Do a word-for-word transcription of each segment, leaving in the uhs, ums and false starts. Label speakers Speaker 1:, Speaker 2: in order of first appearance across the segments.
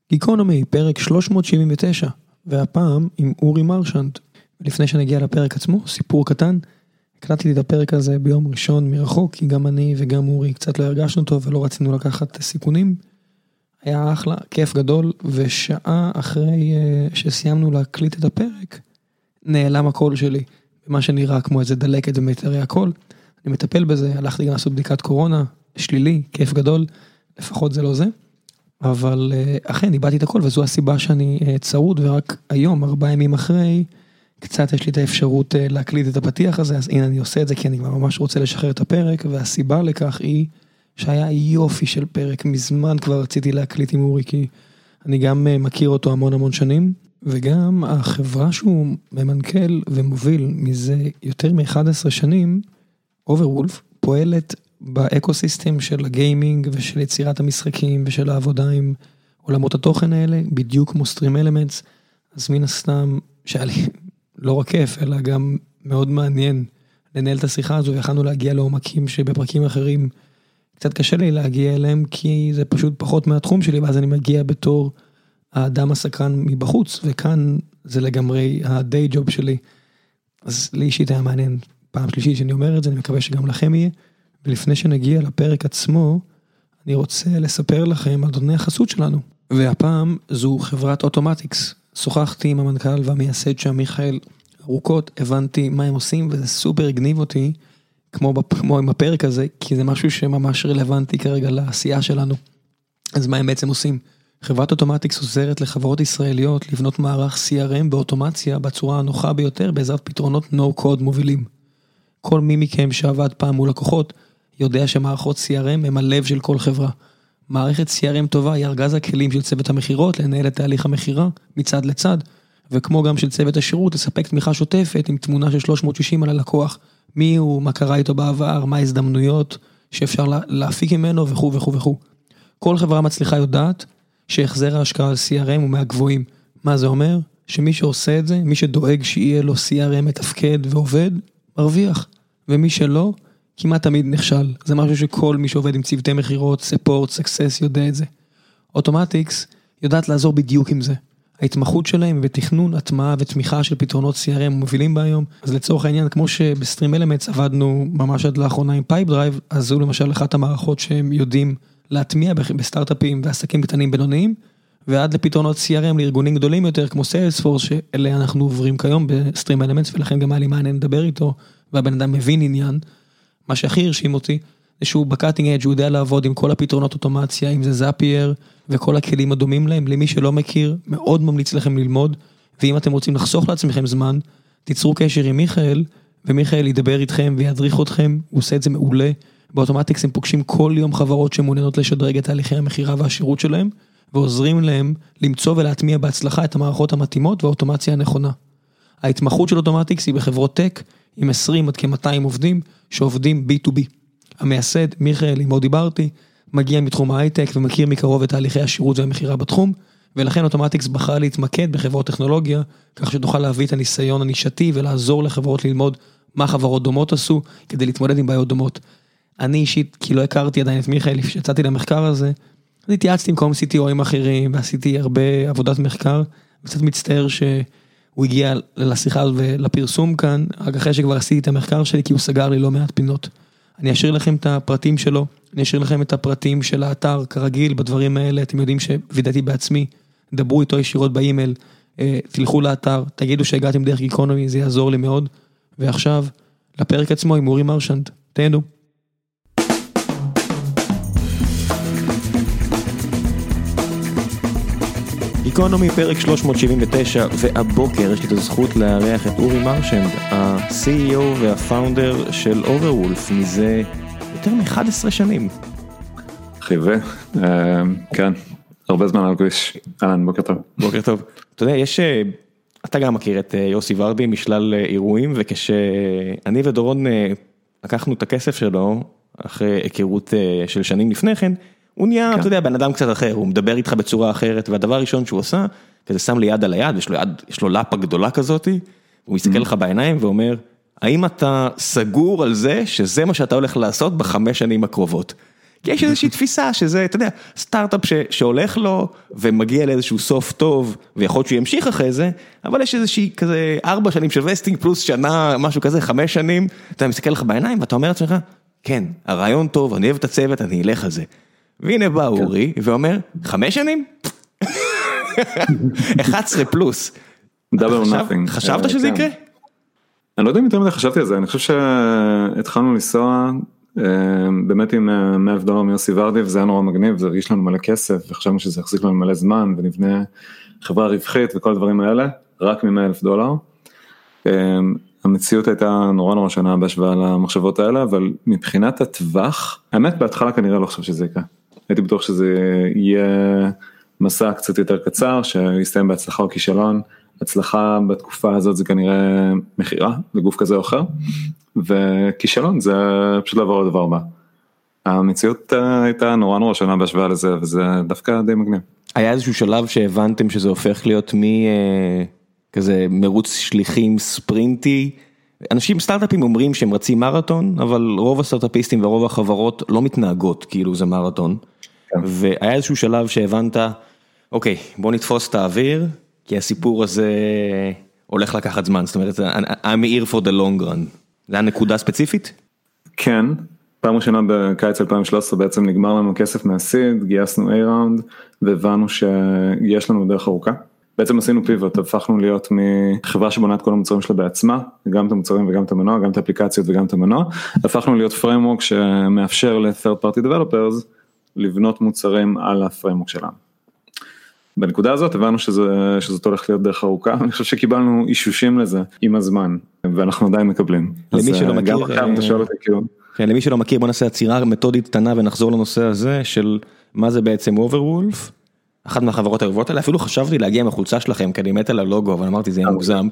Speaker 1: גיקונומי, פרק שלוש מאות שבעים ותשע, והפעם עם אורי מרשנט. לפני שנגיע לפרק עצמו, סיפור קטן, הקלטתי את הפרק הזה ביום ראשון מרחוק, כי גם אני וגם אורי קצת לא הרגשנו טוב ולא רצינו לקחת סיכונים. היה אחלה, כיף גדול, ושעה אחרי שסיימנו להקליט את הפרק, נעלם הקול שלי, במה שנראה כמו איזה דלקת ומיתרי הקול. אני מטפל בזה, הלכתי גם לעשות בדיקת קורונה, שלילי, כיף גדול, לפחות זה לא זה. אבל אכן, איבדתי את הכל, וזו הסיבה שאני צרוד, ורק היום, ארבעה ימים אחרי, קצת יש לי את האפשרות להקליט את הפתיח הזה, אז הנה אני עושה את זה, כי אני ממש רוצה לשחרר את הפרק, והסיבה לכך היא שהיה יופי של פרק, מזמן כבר רציתי להקליט עם אורי, כי אני גם מכיר אותו המון המון שנים, וגם החברה שהוא ממנכ"ל ומוביל מזה יותר מ-אחת עשרה שנים, אוברוולף, פועלת באקוסיסטם של הגיימינג ושל יצירת המשחקים ושל העבודה עם עולמות התוכן האלה, בדיוק כמו סטרים אלמנטס, אז מן הסתם שהיה לי לא רק כיף, אלא גם מאוד מעניין לנהל את השיחה הזו, ויכלנו להגיע לעומקים שבפרקים אחרים קצת קשה לי להגיע אליהם, כי זה פשוט פחות מהתחום שלי, ואז אני מגיע בתור האדם הסקרן מבחוץ, וכאן זה לגמרי הדיי ג'וב שלי, אז לי אישית היה מעניין, פעם שלישית שאני אומר את זה, אני מקווה שגם לכם יהיה, ולפני שנגיע לפרק עצמו, אני רוצה לספר לכם על נותני החסות שלנו. והפעם זו חברת אוטומטיקס. שוחחתי עם המנכ"ל והמייסד שם מיכאל ארוכות, הבנתי מה הם עושים, וזה סופר הגניב אותי, כמו, כמו עם הפרק הזה, כי זה משהו שממש רלוונטי כרגע לעשייה שלנו. אז מה הם בעצם עושים? חברת אוטומטיקס עוזרת לחברות ישראליות לבנות מערך סי אר אם באוטומציה בצורה הנוחה ביותר, בעזרת פתרונות no-code מובילים. כל מי מכם שעבד פעם מול לקוחות, יודע שמערכות סי אר אם הם הלב של כל חברה. מערכת סי אר אם טובה היא ארגז הכלים של צוות המחירות, לנהל את תהליך המחירה מצד לצד, וכמו גם של צוות השירות, לספק תמיכה שוטפת עם תמונה של שלוש מאות שישים על הלקוח, מי הוא, מה קרה איתו בעבר, מה ההזדמנויות שאפשר להפיק ממנו וכו' וכו' וכו'. כל חברה מצליחה יודעת שהחזר ההשקעה על סי אר אם הוא מהגבוהים. מה זה אומר? שמי שעושה את זה, מי שדואג שיהיה לו סי אר אם מתפקד ועובד, מרוויח. ומי שלא, כמעט תמיד נכשל. זה משהו שכל מי שעובד עם צוותי מחירות, ספורט, סקסס, יודע את זה. אוטומטיקס יודעת לעזור בדיוק עם זה. ההתמחות שלהם היא בתכנון, הטמעה ותמיכה של פתרונות סי אר אם מובילים בהיום. אז לצורך העניין, כמו שבסטרים אלמנטס עבדנו ממש עד לאחרונה עם פייפ דרייב, אז זו למשל אחת המערכות שהם יודעים להטמיע בסטארט-אפים ועסקים קטנים בינוניים, ועד לפתרונות סי אר אם לארגונים גדולים יותר, כמו סיילספורס, שאלה אנחנו עוברים כיום בסטרים אלמנטס, ולכן גם היה לי מעניין לדבר איתו, והבן אדם מבין עניין. מה שהכי הרשים אותי, זה שהוא בקאטינג אדג' הוא יודע לעבוד עם כל הפתרונות אוטומציה, אם זה זאפייר, וכל הכלים הדומים להם. למי שלא מכיר, מאוד ממליץ לכם ללמוד, ואם אתם רוצים לחסוך לעצמכם זמן, תיצרו קשר עם מיכאל, ומיכאל ידבר איתכם וידריך אתכם, הוא עושה את זה מעולה. באוטומטיקס הם פוגשים כל יום חברות שמעוניינות לשדרג את תהליכי המחירה והשירות שלהם, ועוזרים להם למצוא ולהטמיע בהצלחה את המערכות המתאימות והאוטומציה הנכונה. ההתמחות של אוטומטיקס היא בחברות טק, עם עשרים עד כ-מאתיים עובדים, שעובדים בי טו בי. המייסד, מיכאל, עם עוד דיברתי, מגיע מתחום ההייטק ומכיר מקרוב את תהליכי השירות והמחירה בתחום, ולכן אוטומטיקס בחר להתמקד בחברות טכנולוגיה, כך שתוכל להביא את הניסיון הנישתי ולעזור לחברות ללמוד מה חברות דומות עשו, כדי להתמודד עם בעיות דומות. אני אישית, כי לא הכרתי עדיין את מיכאל, שיצאתי למחקר הזה, אז התייעצתי עם כל מיני סי טי או'ים אחרים, ועשיתי הרבה עבודת מחקר, וקצת מצטער שהוא הגיע לשיחה ולפרסום כאן, רק אחרי שכבר עשיתי את המחקר שלי, כי הוא סגר לי לא מעט פינות. אני אשאיר לכם את הפרטים שלו, אני אשאיר לכם את הפרטים של האתר, כרגיל, בדברים האלה, אתם יודעים שווידאתי בעצמי, דברו איתו ישירות באימייל, תלכו לאתר, תגידו שהגעתם דרך גיקונומי, זה יעזור לי מאוד, ועכשיו, לפרק עצמו עם אורי מרשנט, תהנו. גיקונומי פרק שלוש מאות שבעים ותשע, והבוקר יש לי את הזכות לארח את אורי מרשנט, ה-סי אי או והפאונדר של אוברוולף, מזה יותר מ-אחת עשרה שנים.
Speaker 2: חיווה, כן, הרבה זמן על הכביש. אהלן, בוקר טוב.
Speaker 3: בוקר טוב. אתה יודע, יש, אתה גם מכיר את יוסי ורדי משלל אירועים, וכשאני ודורון לקחנו את הכסף שלו, אחרי היכרות של שנים לפני כן, הוא נהיה, אתה יודע, בן אדם קצת אחר, הוא מדבר איתך בצורה אחרת, והדבר הראשון שהוא עושה, כזה שם לי יד על היד, יש לו יד, יש לו לפה גדולה כזאת, הוא מסתכל לך בעיניים ואומר, האם אתה סגור על זה, שזה מה שאתה הולך לעשות בחמש שנים הקרובות? כי יש איזושהי תפיסה שזה, אתה יודע, סטארט-אפ ש, שהולך לו ומגיע לאיזשהו סוף טוב, ויכול להיות שהוא ימשיך אחרי זה, אבל יש איזושהי כזה ארבע שנים של וסטינג פלוס שנה, משהו כזה, חמש שנים, אתה מסתכל לך בעיניים ואתה אומר לעצמך, כן, הרעיון טוב, אני אוהב את הצוות, אני אלך על זה. והנה בא אורי ואומר, חמש שנים? אחת עשרה פלוס. חשבת שזה יקרה?
Speaker 2: אני לא יודע אם יותר מדי חשבתי על זה, אני חושב שהתחלנו לנסוע, באמת עם מאה אלף דולר מיוסי ורדי, וזה היה נורא מגניב, זה הרגיש לנו מלא כסף, וחשבנו שזה יחזיק לנו מלא זמן, ונבנה חברה רווחית וכל הדברים האלה, רק מ-מאה אלף דולר. המציאות הייתה נורא נורא שונה בהשוואה למחשבות האלה, אבל מבחינת הטווח, האמת בהתחלה כנראה לא חושב שזה יקרה. הייתי בטוח שזה יהיה מסע קצת יותר קצר, שיסתיים בהצלחה או כישלון. הצלחה בתקופה הזאת זה כנראה מחירה לגוף כזה או אחר, וכישלון זה פשוט לעבור לדבר הבא. המציאות הייתה נורא נורא שונה בהשוואה לזה, וזה דווקא די מגניב.
Speaker 3: היה איזשהו שלב שהבנתם שזה הופך להיות מי כזה מרוץ שליחים ספרינטי, אנשים סטארט-אפים אומרים שהם רצים מרתון, אבל רוב הסטארט-אפיסטים ורוב החברות לא מתנהגות כאילו זה מרתון, כן. והיה איזשהו שלב שהבנת, אוקיי, בוא נתפוס את האוויר, כי הסיפור הזה הולך לקחת זמן, זאת אומרת, I'm here for the long run. זה היה נקודה ספציפית?
Speaker 2: כן, פעם ראשונה בקיץ אלפיים ושלוש עשרה בעצם נגמר לנו כסף מהסיד, גייסנו A-ראונד, והבנו שיש לנו דרך ארוכה. בעצם עשינו פיבוט, הפכנו להיות מחברה שבונה את כל המוצרים שלה בעצמה, גם את המוצרים וגם את המנוע, גם את האפליקציות וגם את המנוע, הפכנו להיות פריימוורק שמאפשר ל-third party developers לבנות מוצרים על הפריימוורק שלנו. בנקודה הזאת הבנו שזה, שזאת הולך להיות דרך ארוכה, אני חושב שקיבלנו אישושים לזה עם הזמן, ואנחנו עדיין מקבלים.
Speaker 3: למי שלא מכיר,
Speaker 2: גם עכשיו אתה שואל אותי כאילו.
Speaker 3: כן, למי שלא מכיר, בוא נעשה עצירה מתודית קטנה ונחזור לנושא הזה של מה זה בעצם אוברוולף, אחת מהחברות האהובות האלה, אפילו חשבתי להגיע מהחולצה שלכם, כי אני מת על הלוגו, אבל אמרתי זה יהיה מוגזם.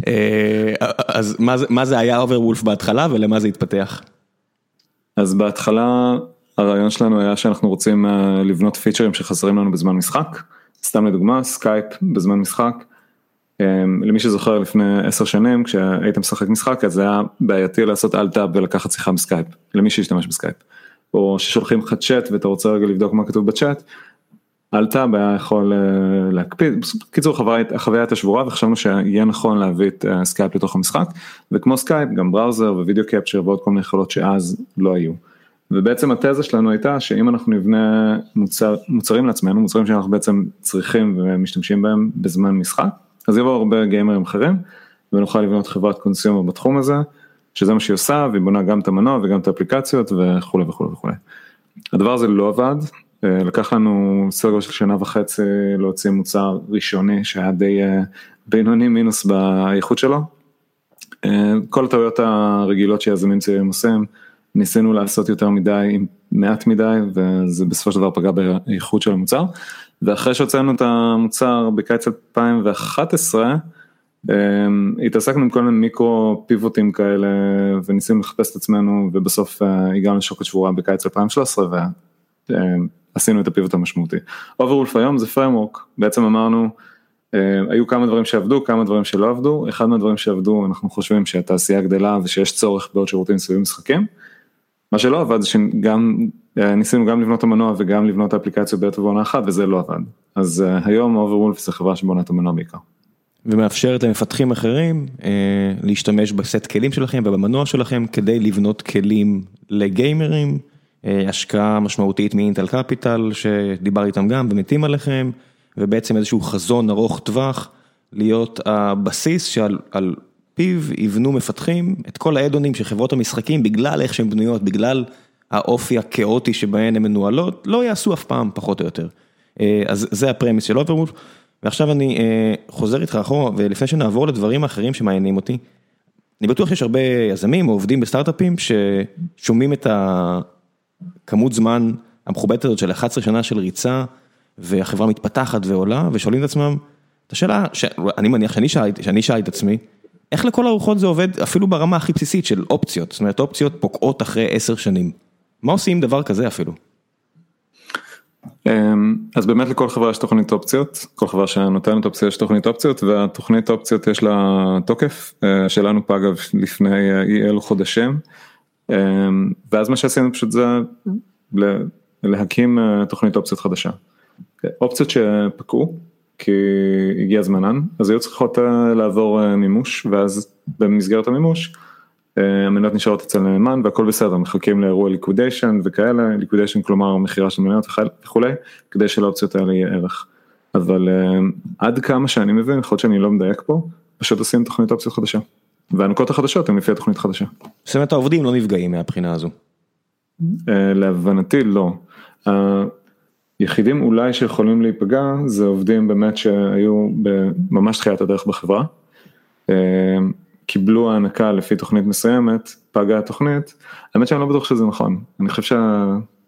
Speaker 3: אז מה זה היה אוברוולף בהתחלה ולמה זה התפתח?
Speaker 2: אז בהתחלה הרעיון שלנו היה שאנחנו רוצים לבנות פיצ'רים שחסרים לנו בזמן משחק, סתם לדוגמה, סקייפ בזמן משחק, למי שזוכר לפני עשר שנים, כשהיית משחק משחק, אז זה היה בעייתי לעשות אלט-טאב ולקחת שיחה בסקייפ, למי שישתמש בסקייפ, או ששולחים לך צ'אט ואתה רוצה רגע לבדוק מה כתוב בצ'אט, אלט-טאב היה יכול להקפיד, קיצור החוויה הייתה שבורה, וחשבנו שיהיה נכון להביא את סקייפ לתוך המשחק, וכמו סקייפ, גם בראוזר ווידאו קפצ'ר ועוד כל מיני יכולות שאז לא היו. ובעצם התזה שלנו הייתה שאם אנחנו נבנה מוצר, מוצרים לעצמנו, מוצרים שאנחנו בעצם צריכים ומשתמשים בהם בזמן משחק, אז יבואו הרבה גיימרים אחרים, ונוכל לבנות חברת קונסיומר בתחום הזה, שזה מה שהיא עושה, והיא בונה גם את המנוע וגם את האפליקציות וכו' וכו' וכו'. הדבר הזה לא עבד, לקח לנו סדר של שנה וחצי להוציא מוצר ראשוני, שהיה די בינוני מינוס באיכות שלו. כל הטעויות הרגילות שיזמים צעירים עושים, ניסינו לעשות יותר מדי עם מעט מדי, וזה בסופו של דבר פגע באיכות של המוצר, ואחרי שהוצאנו את המוצר בקיץ אלפיים ואחת עשרה, התעסקנו עם כל מיני מיקרו פיבוטים כאלה, וניסינו לחפש את עצמנו, ובסוף הגענו לשוקת שבורה בקיץ אלפיים ושלוש עשרה, ועשינו את הפיבוט המשמעותי. אוברוולף היום זה פריימוורק, בעצם אמרנו, היו כמה דברים שעבדו, כמה דברים שלא עבדו, אחד מהדברים שעבדו, אנחנו חושבים שהתעשייה גדלה, ושיש צורך בעוד שירותים סביב משחקים, מה שלא עבד זה שגם, ניסינו גם לבנות המנוע וגם לבנות את האפליקציה בעת ובעונה אחת, וזה לא עבד. אז היום אוברוולף זה חברה שבונה את המנוע בעיקר.
Speaker 3: ומאפשרת למפתחים אחרים להשתמש בסט כלים שלכם ובמנוע שלכם, כדי לבנות כלים לגיימרים, השקעה משמעותית מאינטל קפיטל, שדיבר איתם גם ומתים עליכם, ובעצם איזשהו חזון ארוך טווח, להיות הבסיס שעל על פיו יבנו מפתחים את כל האדונים של חברות המשחקים, בגלל איך שהן בנויות, בגלל האופי הכאוטי שבהן הן מנוהלות, לא יעשו אף פעם פחות או יותר. אז זה הפרמיס של אוברוולף, ועכשיו אני חוזר איתך אחורה, ולפני שנעבור לדברים האחרים שמעניינים אותי, אני בטוח שיש הרבה יזמים או עובדים בסטארט-אפים, ששומעים את הכמות זמן המכובדת הזאת של אחת עשרה שנה של ריצה, והחברה מתפתחת ועולה, ושואלים את עצמם, את השאלה, שאני מניח שאני שאלתי, שאני שאלתי את עצמי, איך לכל הרוחות זה עובד, אפילו ברמה הכי בסיסית של אופציות, זאת אומרת, אופציות פוקעות אחרי עשר שנים. מה עושים דבר כזה אפילו?
Speaker 2: אז באמת לכל חברה יש תוכנית אופציות, כל חברה שנותנת אופציה יש תוכנית אופציות, והתוכנית אופציות יש לה תוקף, שלנו פג לפני אי אלו חודשים, ואז מה שעשינו פשוט זה להקים תוכנית אופציות חדשה. אופציות שפקעו, כי הגיע זמנן, אז היו צריכות לעבור מימוש, ואז במסגרת המימוש, המניות נשארות אצל נאמן, והכל בסדר, מחכים לאירוע ליקודיישן וכאלה, ליקודיישן כלומר מחירה של מניות וכולי, כדי שלאופציות האלה יהיה ערך. אבל עד כמה שאני מבין, יכול להיות שאני לא מדייק פה, פשוט עושים תוכנית אופציות חדשה. והנקות החדשות הן לפי התוכנית חדשה.
Speaker 3: זאת אומרת, העובדים לא נפגעים מהבחינה הזו.
Speaker 2: להבנתי לא. היחידים אולי שיכולים להיפגע, זה עובדים באמת שהיו ממש תחיית הדרך בחברה, קיבלו הענקה לפי תוכנית מסוימת, פגעה התוכנית, האמת שאני לא בטוח שזה נכון, אני חושב שה...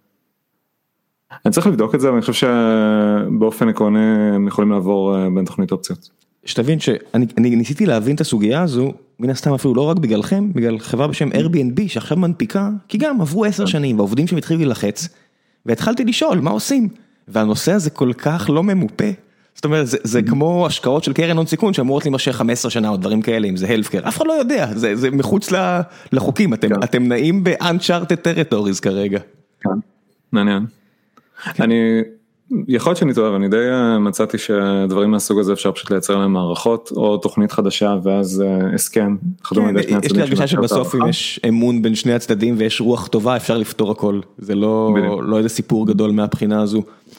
Speaker 2: אני צריך לבדוק את זה, אבל אני חושב שבאופן עקרוני הם יכולים לעבור בין תוכנית אופציות.
Speaker 3: שתבין שאני ניסיתי להבין את הסוגיה הזו, מן הסתם אפילו לא רק בגללכם, בגלל חברה בשם Airbnb שעכשיו מנפיקה, כי גם עברו עשר שנים, והעובדים שמתחילים להילחץ, והתחלתי לשאול מה עושים, והנושא הזה כל כך לא ממופה, זאת אומרת, זה, זה כמו השקעות של קרן הון סיכון, שאמורות להימשך חמש עשרה שנה או דברים כאלה, אם זה healthcare, אף אחד לא יודע, זה, זה מחוץ לחוקים, אתם, כן. אתם נעים ב-uncharted territories כרגע.
Speaker 2: כן, מעניין. כן. אני, יכול להיות שאני טועה, אבל אני די מצאתי שדברים מהסוג הזה אפשר פשוט לייצר להם מערכות, או תוכנית חדשה, ואז הסכם.
Speaker 3: כן, יש לי הרגשה שבסוף אם יש אמון בין שני הצדדים, ויש רוח טובה, אפשר לפתור הכל. זה לא, לא איזה סיפור גדול מהבחינה הזו.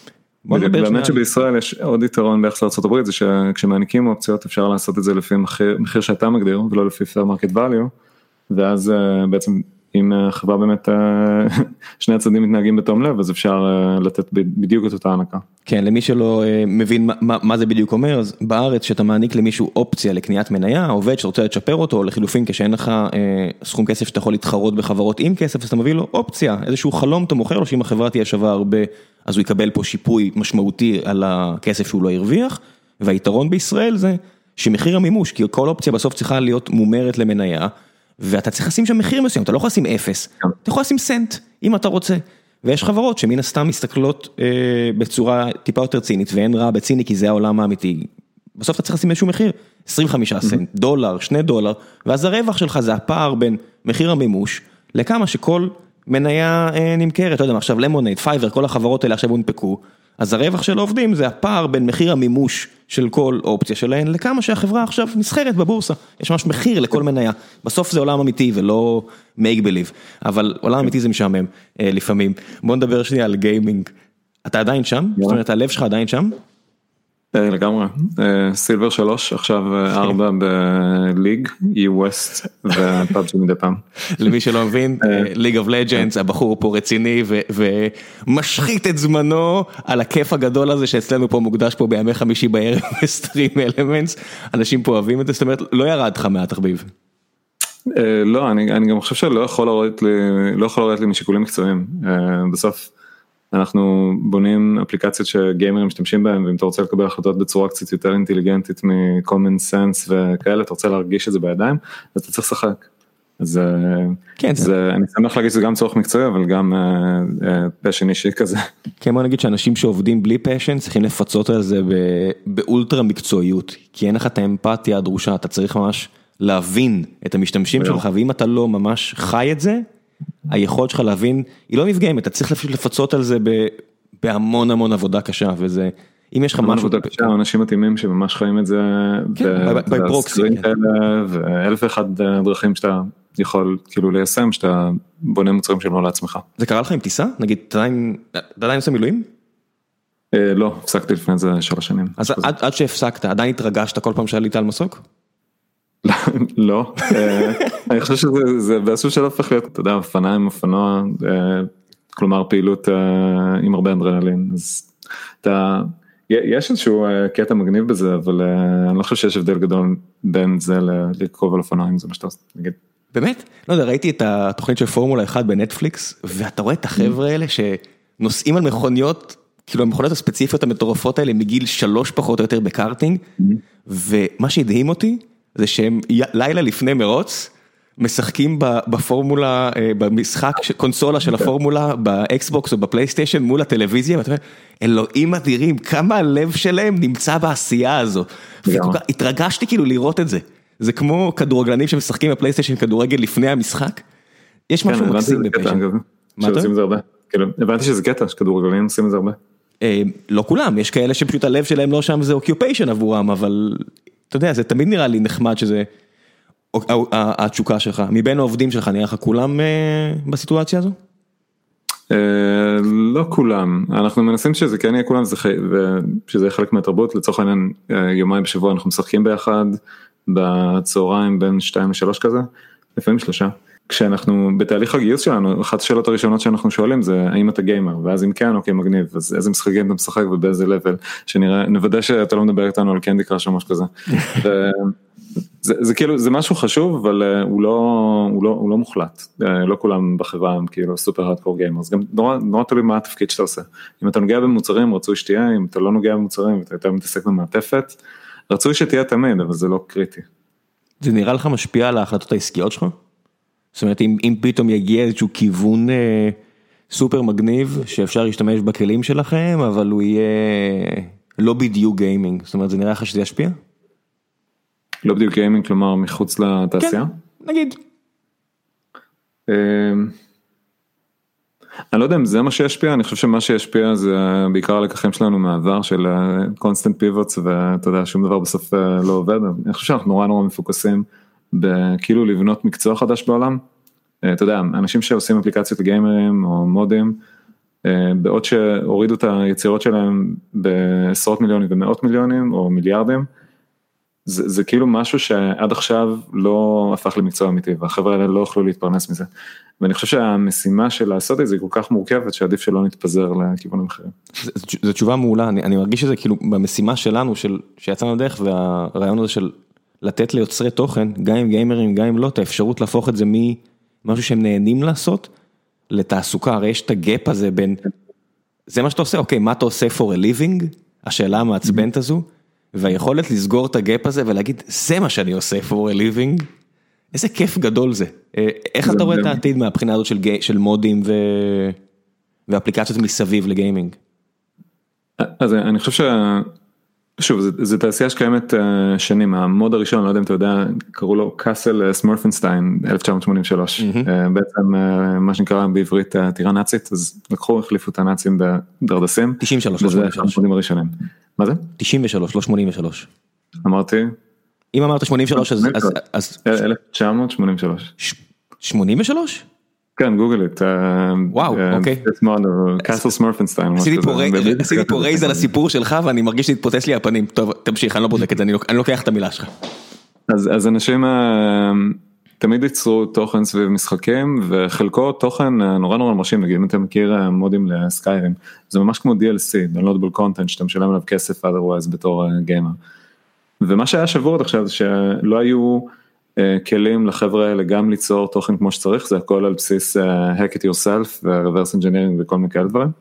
Speaker 2: באמת שבישראל יש עוד יתרון ביחס לארצות הברית, זה שכשמעניקים אופציות אפשר לעשות את זה לפי מחיר, מחיר שאתה מגדיר, ולא לפי fair market value, ואז בעצם אם החברה באמת, שני הצדדים מתנהגים בתום לב, אז אפשר לתת בדיוק את אותה הענקה.
Speaker 3: כן, למי שלא מבין מה, מה זה בדיוק אומר, אז בארץ שאתה מעניק למישהו אופציה לקניית מניה, עובד שרוצה לצ'פר אותו, או לחילופין כשאין לך סכום כסף שאתה יכול להתחרות בחברות עם כסף, אז אתה מביא לו אופציה, איזשהו חלום אתה מוכר לו, שאם החברה תהיה שווה הרבה, אז הוא יקבל פה שיפוי משמעותי על הכסף שהוא לא הרוויח, והיתרון בישראל זה שמחיר המימוש, כי כל אופציה בסוף צריכה להיות מומרת למניה, ואתה צריך לשים שם מחיר מסוים, אתה לא יכול לשים אפס, אתה יכול לשים סנט, אם אתה רוצה, ויש חברות שמן הסתם מסתכלות אה, בצורה טיפה יותר צינית, ואין רע בציני, כי זה העולם האמיתי, בסוף אתה צריך לשים איזשהו מחיר, עשרים וחמישה סנט, דולר, שני דולר, ואז הרווח שלך זה הפער בין מחיר המימוש, לכמה שכל מניה אה, נמכרת, לא יודע, עכשיו למונייד, פייבר, כל החברות האלה עכשיו הונפקו, אז הרווח של העובדים זה הפער בין מחיר המימוש של כל אופציה שלהן, לכמה שהחברה עכשיו נסחרת בבורסה. יש ממש מחיר לכל מניה. בסוף זה עולם אמיתי ולא make believe. אבל עולם אמיתי זה משעמם לפעמים. בוא נדבר שנייה על גיימינג. אתה עדיין שם? זאת אומרת, הלב שלך עדיין שם?
Speaker 2: לגמרי. סילבר שלוש, עכשיו ארבע בליג, E-West ופאבג'י מדי פעם.
Speaker 3: למי שלא מבין, ליג אוף לג'נדס, הבחור פה רציני ומשחית את זמנו על הכיף הגדול הזה שאצלנו פה מוקדש פה בימי חמישי בערב בסטרים אלמנטס. אנשים פה אוהבים את זה, זאת אומרת, לא ירד לך מהתחביב.
Speaker 2: לא, אני גם חושב שלא יכול לראות לי, לא יכול לראות לי משיקולים מקצועיים. בסוף, אנחנו בונים אפליקציות שגיימרים משתמשים בהם, ואם אתה רוצה לקבל החלטות בצורה קצת יותר אינטליגנטית מ-common sense וכאלה, אתה רוצה להרגיש את זה בידיים, אז אתה צריך לשחק. אז כן, זה, אני שמח להגיד שזה גם צורך מקצועי, אבל גם פשן אישי כזה.
Speaker 3: כן, בוא נגיד שאנשים שעובדים בלי פשן, צריכים לפצות על זה באולטרה מקצועיות, כי אין לך את האמפתיה הדרושה, אתה צריך ממש להבין את המשתמשים שלך, ואם אתה לא ממש חי את זה, היכולת שלך להבין, היא לא נפגמת, אתה צריך פשוט לפצות על זה בהמון המון עבודה קשה, וזה, אם יש לך משהו...
Speaker 2: עבודה קשה, אנשים מתאימים שממש חיים את זה,
Speaker 3: בפרוקסי,
Speaker 2: ואלף ואחד דרכים שאתה יכול כאילו ליישם, שאתה בונה מוצרים שלא לעצמך.
Speaker 3: זה קרה לך עם טיסה? נגיד, אתה עדיין עושה מילואים?
Speaker 2: לא, הפסקתי לפני זה שלוש שנים.
Speaker 3: אז עד שהפסקת, עדיין התרגשת כל פעם שעלית על מסוק?
Speaker 2: לא, אני חושב שזה באיזשהו שלב הופך להיות, אתה יודע, אופניים, אופנוע, כלומר פעילות עם הרבה אנדרנלין, אז אתה, יש איזשהו קטע מגניב בזה, אבל אני לא חושב שיש הבדל גדול בין זה לרכוב על אופניים, זה מה שאתה נגיד.
Speaker 3: באמת? לא יודע, ראיתי את התוכנית של פורמולה אחת בנטפליקס, ואתה רואה את החבר'ה האלה שנוסעים על מכוניות, כאילו המכוניות הספציפיות המטורפות האלה, מגיל שלוש פחות או יותר בקארטינג, ומה שהדהים אותי, זה שהם לילה לפני מרוץ, משחקים בפורמולה, במשחק, קונסולה של הפורמולה, באקסבוקס או בפלייסטיישן מול הטלוויזיה, ואתה אומר, אלוהים אדירים, כמה הלב שלהם נמצא בעשייה הזו. התרגשתי כאילו לראות את זה. זה כמו כדורגלנים שמשחקים בפלייסטיישן כדורגל לפני המשחק. יש משהו מקסים בפשן.
Speaker 2: שעושים את זה הרבה. כאילו, הבנתי שזה קטע, שכדורגלנים עושים את זה הרבה.
Speaker 3: לא כולם, יש כאלה שפשוט הלב שלהם לא שם, זה אוקיופיישן עבורם, אבל אתה יודע, זה תמיד נראה לי נחמד שזה התשוקה שלך. מבין העובדים שלך, נראה לך כולם בסיטואציה הזו?
Speaker 2: לא כולם, אנחנו מנסים שזה כן יהיה כולם, ושזה יהיה חלק מהתרבות, לצורך העניין יומיים בשבוע אנחנו משחקים ביחד, בצהריים בין שתיים לשלוש כזה, לפעמים שלושה. כשאנחנו בתהליך הגיוס שלנו, אחת השאלות הראשונות שאנחנו שואלים זה, האם אתה גיימר? ואז אם כן, אוקיי, מגניב, אז איזה משחקים אתה משחק ובאיזה לבל, שנראה, נוודא שאתה לא מדבר איתנו על קנדי קראש או משהו כזה. זה, זה כאילו, זה משהו חשוב, אבל הוא לא, הוא לא, הוא לא מוחלט. לא כולם בחברה הם כאילו סופר הארדקור גיימר, אז גם נורא, נורא תלוי מה התפקיד שאתה עושה. אם אתה נוגע במוצרים, רצוי שתהיה, אם אתה לא נוגע במוצרים, ואתה יותר מתעסק במעטפת, רצוי שתהיה תמיד, אבל זה לא קריטי.
Speaker 3: זה נראה לך משפיע על ההחלטות העסקיות שלך? זאת אומרת, אם, אם פתאום יגיע איזשהו כיוון אה, סופר מגניב, שאפשר להשתמש בכלים שלכם, אבל הוא יהיה לא בדיוק גיימינג, זאת אומרת, זה נראה לך שזה ישפיע?
Speaker 2: לא בדיוק גיימינג, כלומר, מחוץ לתעשייה?
Speaker 3: כן, נגיד.
Speaker 2: אה, אני לא יודע אם זה מה שישפיע, אני חושב שמה שישפיע זה בעיקר הלקחים שלנו מהעבר של constant pivots, ואתה יודע, שום דבר בסוף לא עובד, אני חושב שאנחנו נורא נורא מפוקסים, כאילו לבנות מקצוע חדש בעולם, אתה יודע, אנשים שעושים אפליקציות לגיימרים או מודים, בעוד שהורידו את היצירות שלהם בעשרות מיליונים ומאות מיליונים או מיליארדים, זה, זה כאילו משהו שעד עכשיו לא הפך למקצוע אמיתי, והחבר'ה האלה לא יכלו להתפרנס מזה, ואני חושב שהמשימה של לעשות את זה היא כל כך מורכבת, שעדיף שלא נתפזר לכיוונים אחרים.
Speaker 3: זו תשובה מעולה, אני, אני מרגיש שזה כאילו במשימה שלנו, של, שיצאנו דרך, והרעיון הזה של לתת ליוצרי תוכן, גם עם גיימרים, גם עם לא, את האפשרות להפוך את זה ממשהו שהם נהנים לעשות, לתעסוקה, הרי יש את הגאפ הזה בין, זה מה שאתה עושה, אוקיי, מה אתה עושה for a living, השאלה המעצבנת הזו, והיכולת לסגור את הגאפ הזה ולהגיד, זה מה שאני עושה for a living, איזה כיף גדול זה. איך אתה רואה את העתיד מהבחינה הזאת של, של מודים ו... ואפליקציות מסביב לגיימינג?
Speaker 2: אז אני חושב ש... שוב, זו תעשייה שקיימת שנים, המוד הראשון, לא יודע אם אתה יודע, קראו לו קאסל סמורפנשטיין, אלף תשע מאות שמונים ושלוש, בעצם מה שנקרא בעברית טירה נאצית, אז לקחו, החליפו את הנאצים בדרדסים.
Speaker 3: תשעים ושלוש, לא שמונים ושלוש.
Speaker 2: וזה המודים הראשונים. מה זה?
Speaker 3: תשעים ושלוש, לא שמונים ושלוש.
Speaker 2: אמרתי?
Speaker 3: אם אמרת שמונים ושלוש, אז...
Speaker 2: אלף תשע מאות שמונים ושלוש.
Speaker 3: שמונים ושלוש?
Speaker 2: כן, גוגל את...
Speaker 3: וואו, אוקיי.
Speaker 2: קאסל סמורפנשטיין.
Speaker 3: עשיתי פה רייז על הסיפור שלך, ואני מרגיש להתפוצץ לי הפנים. טוב, תמשיך, אני לא בודק את זה, אני לוקח את המילה שלך.
Speaker 2: אז אנשים תמיד ייצרו תוכן סביב משחקים, וחלקו תוכן נורא נורא מרשים, נגיד, אם אתה מכיר מודים לסקיירים, זה ממש כמו די אל סי, downloadable content, שאתה משלם עליו כסף otherwise בתור גיימר. ומה שהיה שבור עד עכשיו, זה שלא היו כלים לחבר'ה האלה גם ליצור תוכן כמו שצריך, זה הכל על בסיס hack it yourself ו-reverse engineering וכל מיני כאלה דברים.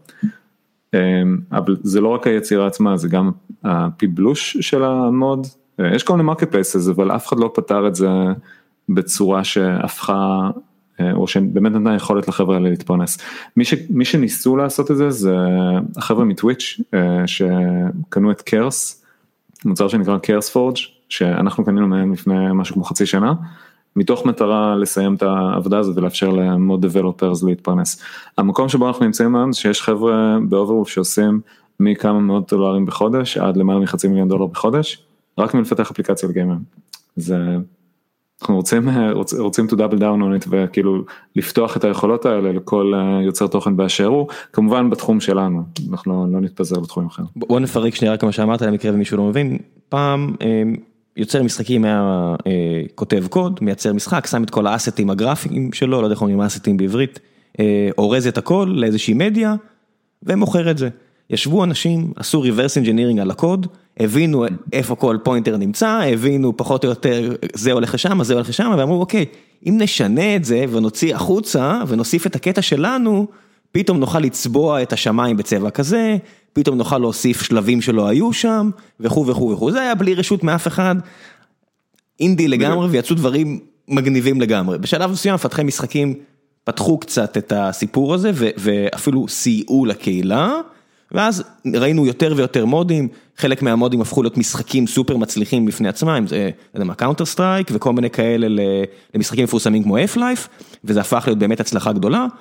Speaker 2: אבל זה לא רק היצירה עצמה, זה גם הפיבלוש של המוד, יש כל מיני market places, אבל אף אחד לא פתר את זה בצורה שהפכה, או שבאמת נתנה יכולת לחבר'ה האלה להתפרנס. מי, ש, מי שניסו לעשות את זה, זה החבר'ה מטוויץ' שקנו את קרס, מוצר שנקרא קרס פורג', שאנחנו קנינו מהם לפני משהו כמו חצי שנה, מתוך מטרה לסיים את העבודה הזאת ולאפשר למוד דבלופרס להתפרנס. המקום שבו אנחנו נמצאים היום זה שיש חבר'ה באוברוף שעושים מכמה מאות דולרים בחודש עד למעלה מחצי מיליון דולר בחודש, רק מלפתח אפליקציה לגיימרים. זה, אנחנו רוצים, רוצים to double down on it וכאילו לפתוח את היכולות האלה לכל יוצר תוכן באשר הוא, כמובן בתחום שלנו, אנחנו לא נתפזר לתחומים אחרים.
Speaker 3: בוא נפרק שנייה כמו שאמרת, למקרה ומישהו לא מבין, פעם יוצר משחקים היה כותב קוד, מייצר משחק, שם את כל האסטים הגרפיים שלו, לא יודע איך אומרים האסטים בעברית, אורז את הכל לאיזושהי מדיה, ומוכר את זה. ישבו אנשים, עשו reverse engineering על הקוד, הבינו איפה כל פוינטר נמצא, הבינו פחות או יותר, זה הולך לשם, זה הולך לשם, ואמרו, אוקיי, אם נשנה את זה ונוציא החוצה, ונוסיף את הקטע שלנו, פתאום נוכל לצבוע את השמיים בצבע כזה, פתאום נוכל להוסיף שלבים שלא היו שם, וכו' וכו' וכו'. זה היה בלי רשות מאף אחד, אינדי לגמרי, ויצאו דברים מגניבים לגמרי. בשלב מסוים, מפתחי משחקים פתחו קצת את הסיפור הזה, ואפילו סייעו לקהילה, ואז ראינו יותר ויותר מודים, חלק מהמודים הפכו להיות משחקים סופר מצליחים בפני עצמם, זה, לא יודע מה, קאונטר סטרייק, וכל מיני כאלה למשחקים מפורסמים כמו F-Life, וזה הפך להיות באמת הצלחה גדולה.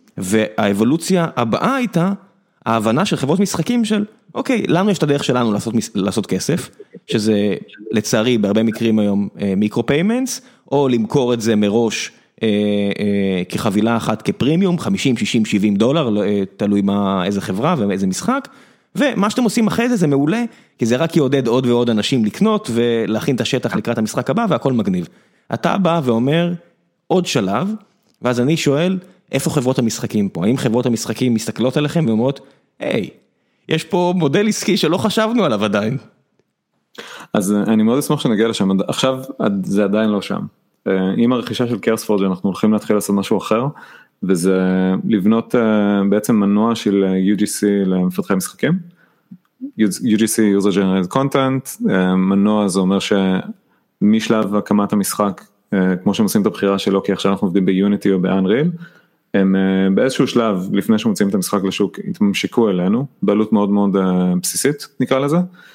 Speaker 3: והאבולוציה הבאה הייתה, ההבנה של חברות משחקים של, אוקיי, לנו יש את הדרך שלנו לעשות, לעשות כסף, שזה לצערי בהרבה מקרים היום מיקרו פיימנטס, או למכור את זה מראש אה, אה, כחבילה אחת כפרימיום, חמישים, שישים, שבעים דולר, תלוי מה, איזה חברה ואיזה משחק, ומה שאתם עושים אחרי זה זה מעולה, כי זה רק יעודד עוד ועוד אנשים לקנות, ולהכין את השטח לקראת המשחק הבא, והכל מגניב. אתה בא ואומר, עוד שלב, ואז אני שואל, איפה חברות המשחקים פה? האם חברות המשחקים מסתכלות עליכם ואומרות, היי, יש פה מודל עסקי שלא חשבנו עליו עדיין.
Speaker 2: אז אני מאוד אשמח שנגיע לשם, עכשיו זה עדיין לא שם. עם הרכישה של קרספורג' אנחנו הולכים להתחיל לעשות משהו אחר, וזה לבנות בעצם מנוע של יו ג'י סי למפתחי משחקים. יו ג'י סי, User Generated Content, מנוע זה אומר שמשלב הקמת המשחק, כמו שהם עושים את הבחירה שלו, כי עכשיו אנחנו עובדים ביוניטי או באנריל, הם באיזשהו שלב, לפני שמוצאים את המשחק לשוק, התממשקו אלינו, בעלות מאוד מאוד בסיסית, נקרא לזה,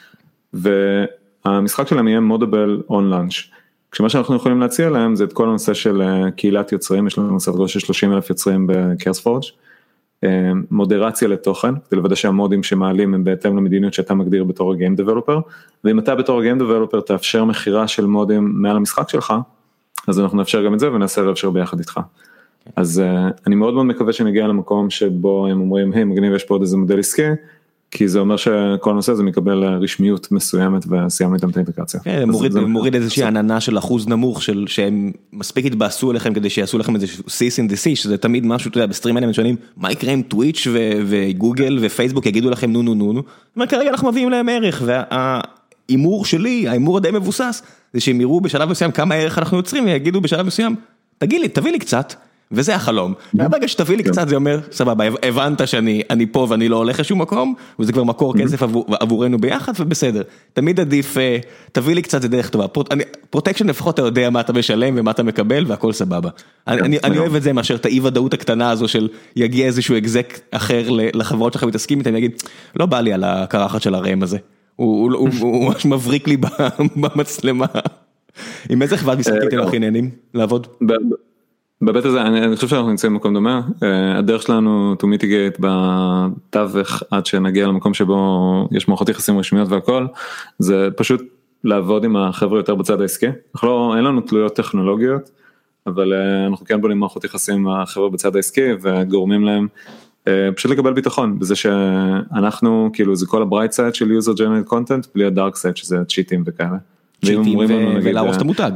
Speaker 2: והמשחק שלהם יהיה מודבל און לאנץ'. כשמה שאנחנו יכולים להציע להם, זה את כל הנושא של קהילת יוצרים, יש לנו סדר גודל של שלושים אלף יוצרים בקרספורג', מודרציה לתוכן, כדי לוודא שהמודים שמעלים הם בהתאם למדיניות שאתה מגדיר בתור הגיים דבלופר, ואם אתה בתור הגיים דבלופר תאפשר מחירה של מודים מעל המשחק שלך, אז אנחנו נאפשר גם את זה ונעשה לאפשר ביחד איתך. אז אני מאוד מאוד מקווה שנגיע למקום שבו הם אומרים, היי מגניב יש פה עוד איזה מודל עסקי, כי זה אומר שכל הנושא הזה מקבל רשמיות מסוימת וסיימנו איתם את האינטגרציה.
Speaker 3: כן, מוריד איזושהי עננה של אחוז נמוך, שהם מספיק התבאסו אליכם כדי שיעשו לכם איזה cease and desist, שזה תמיד משהו, אתה יודע, בסטרים האלה משנים, מה יקרה עם טוויץ' וגוגל ופייסבוק יגידו לכם נו נו נו נו, וכרגע אנחנו מביאים להם ערך, והאימור שלי, האימור הדי מבוסס, זה שהם יראו בשלב מסוים כמה ערך אנחנו יוצרים, ויגידו בשלב מסוים, תגיד לי, תביא לי קצת, וזה החלום. ברגע שתביא לי קצת, זה אומר, סבבה, הבנת שאני אני פה ואני לא הולך לשום מקום, וזה כבר מקור כסף עבורנו ביחד, ובסדר. תמיד עדיף, תביא לי קצת, זה דרך טובה. פרוטקשן לפחות אתה יודע מה אתה משלם ומה אתה מקבל, והכל סבבה. אני אוהב את זה מאשר את האי-ודאות הקטנה הזו של יגיע איזשהו אקזק אחר לחברות שלך מתעסקים איתם, ויגיד, לא בא לי על הקרחת של הרעם הזה. הוא ממש מבריק לי במצלמה. עם איזה חברת משחקית אתם הכי נהנים לעבוד?
Speaker 2: בבית הזה, אני, אני חושב שאנחנו נמצאים במקום דומה, הדרך שלנו to mitigate בתווך עד שנגיע למקום שבו יש מערכות יחסים רשמיות והכל, זה פשוט לעבוד עם החבר'ה יותר בצד העסקי, אנחנו לא, אין לנו תלויות טכנולוגיות, אבל אנחנו כן בונים מערכות יחסים עם החבר'ה בצד העסקי וגורמים להם פשוט לקבל ביטחון, בזה שאנחנו, כאילו זה כל הברייט סייד של user generated content, בלי הדארק סייד שזה צ'יטים וכאלה.
Speaker 3: צ'יטים ולהרוס את המותג.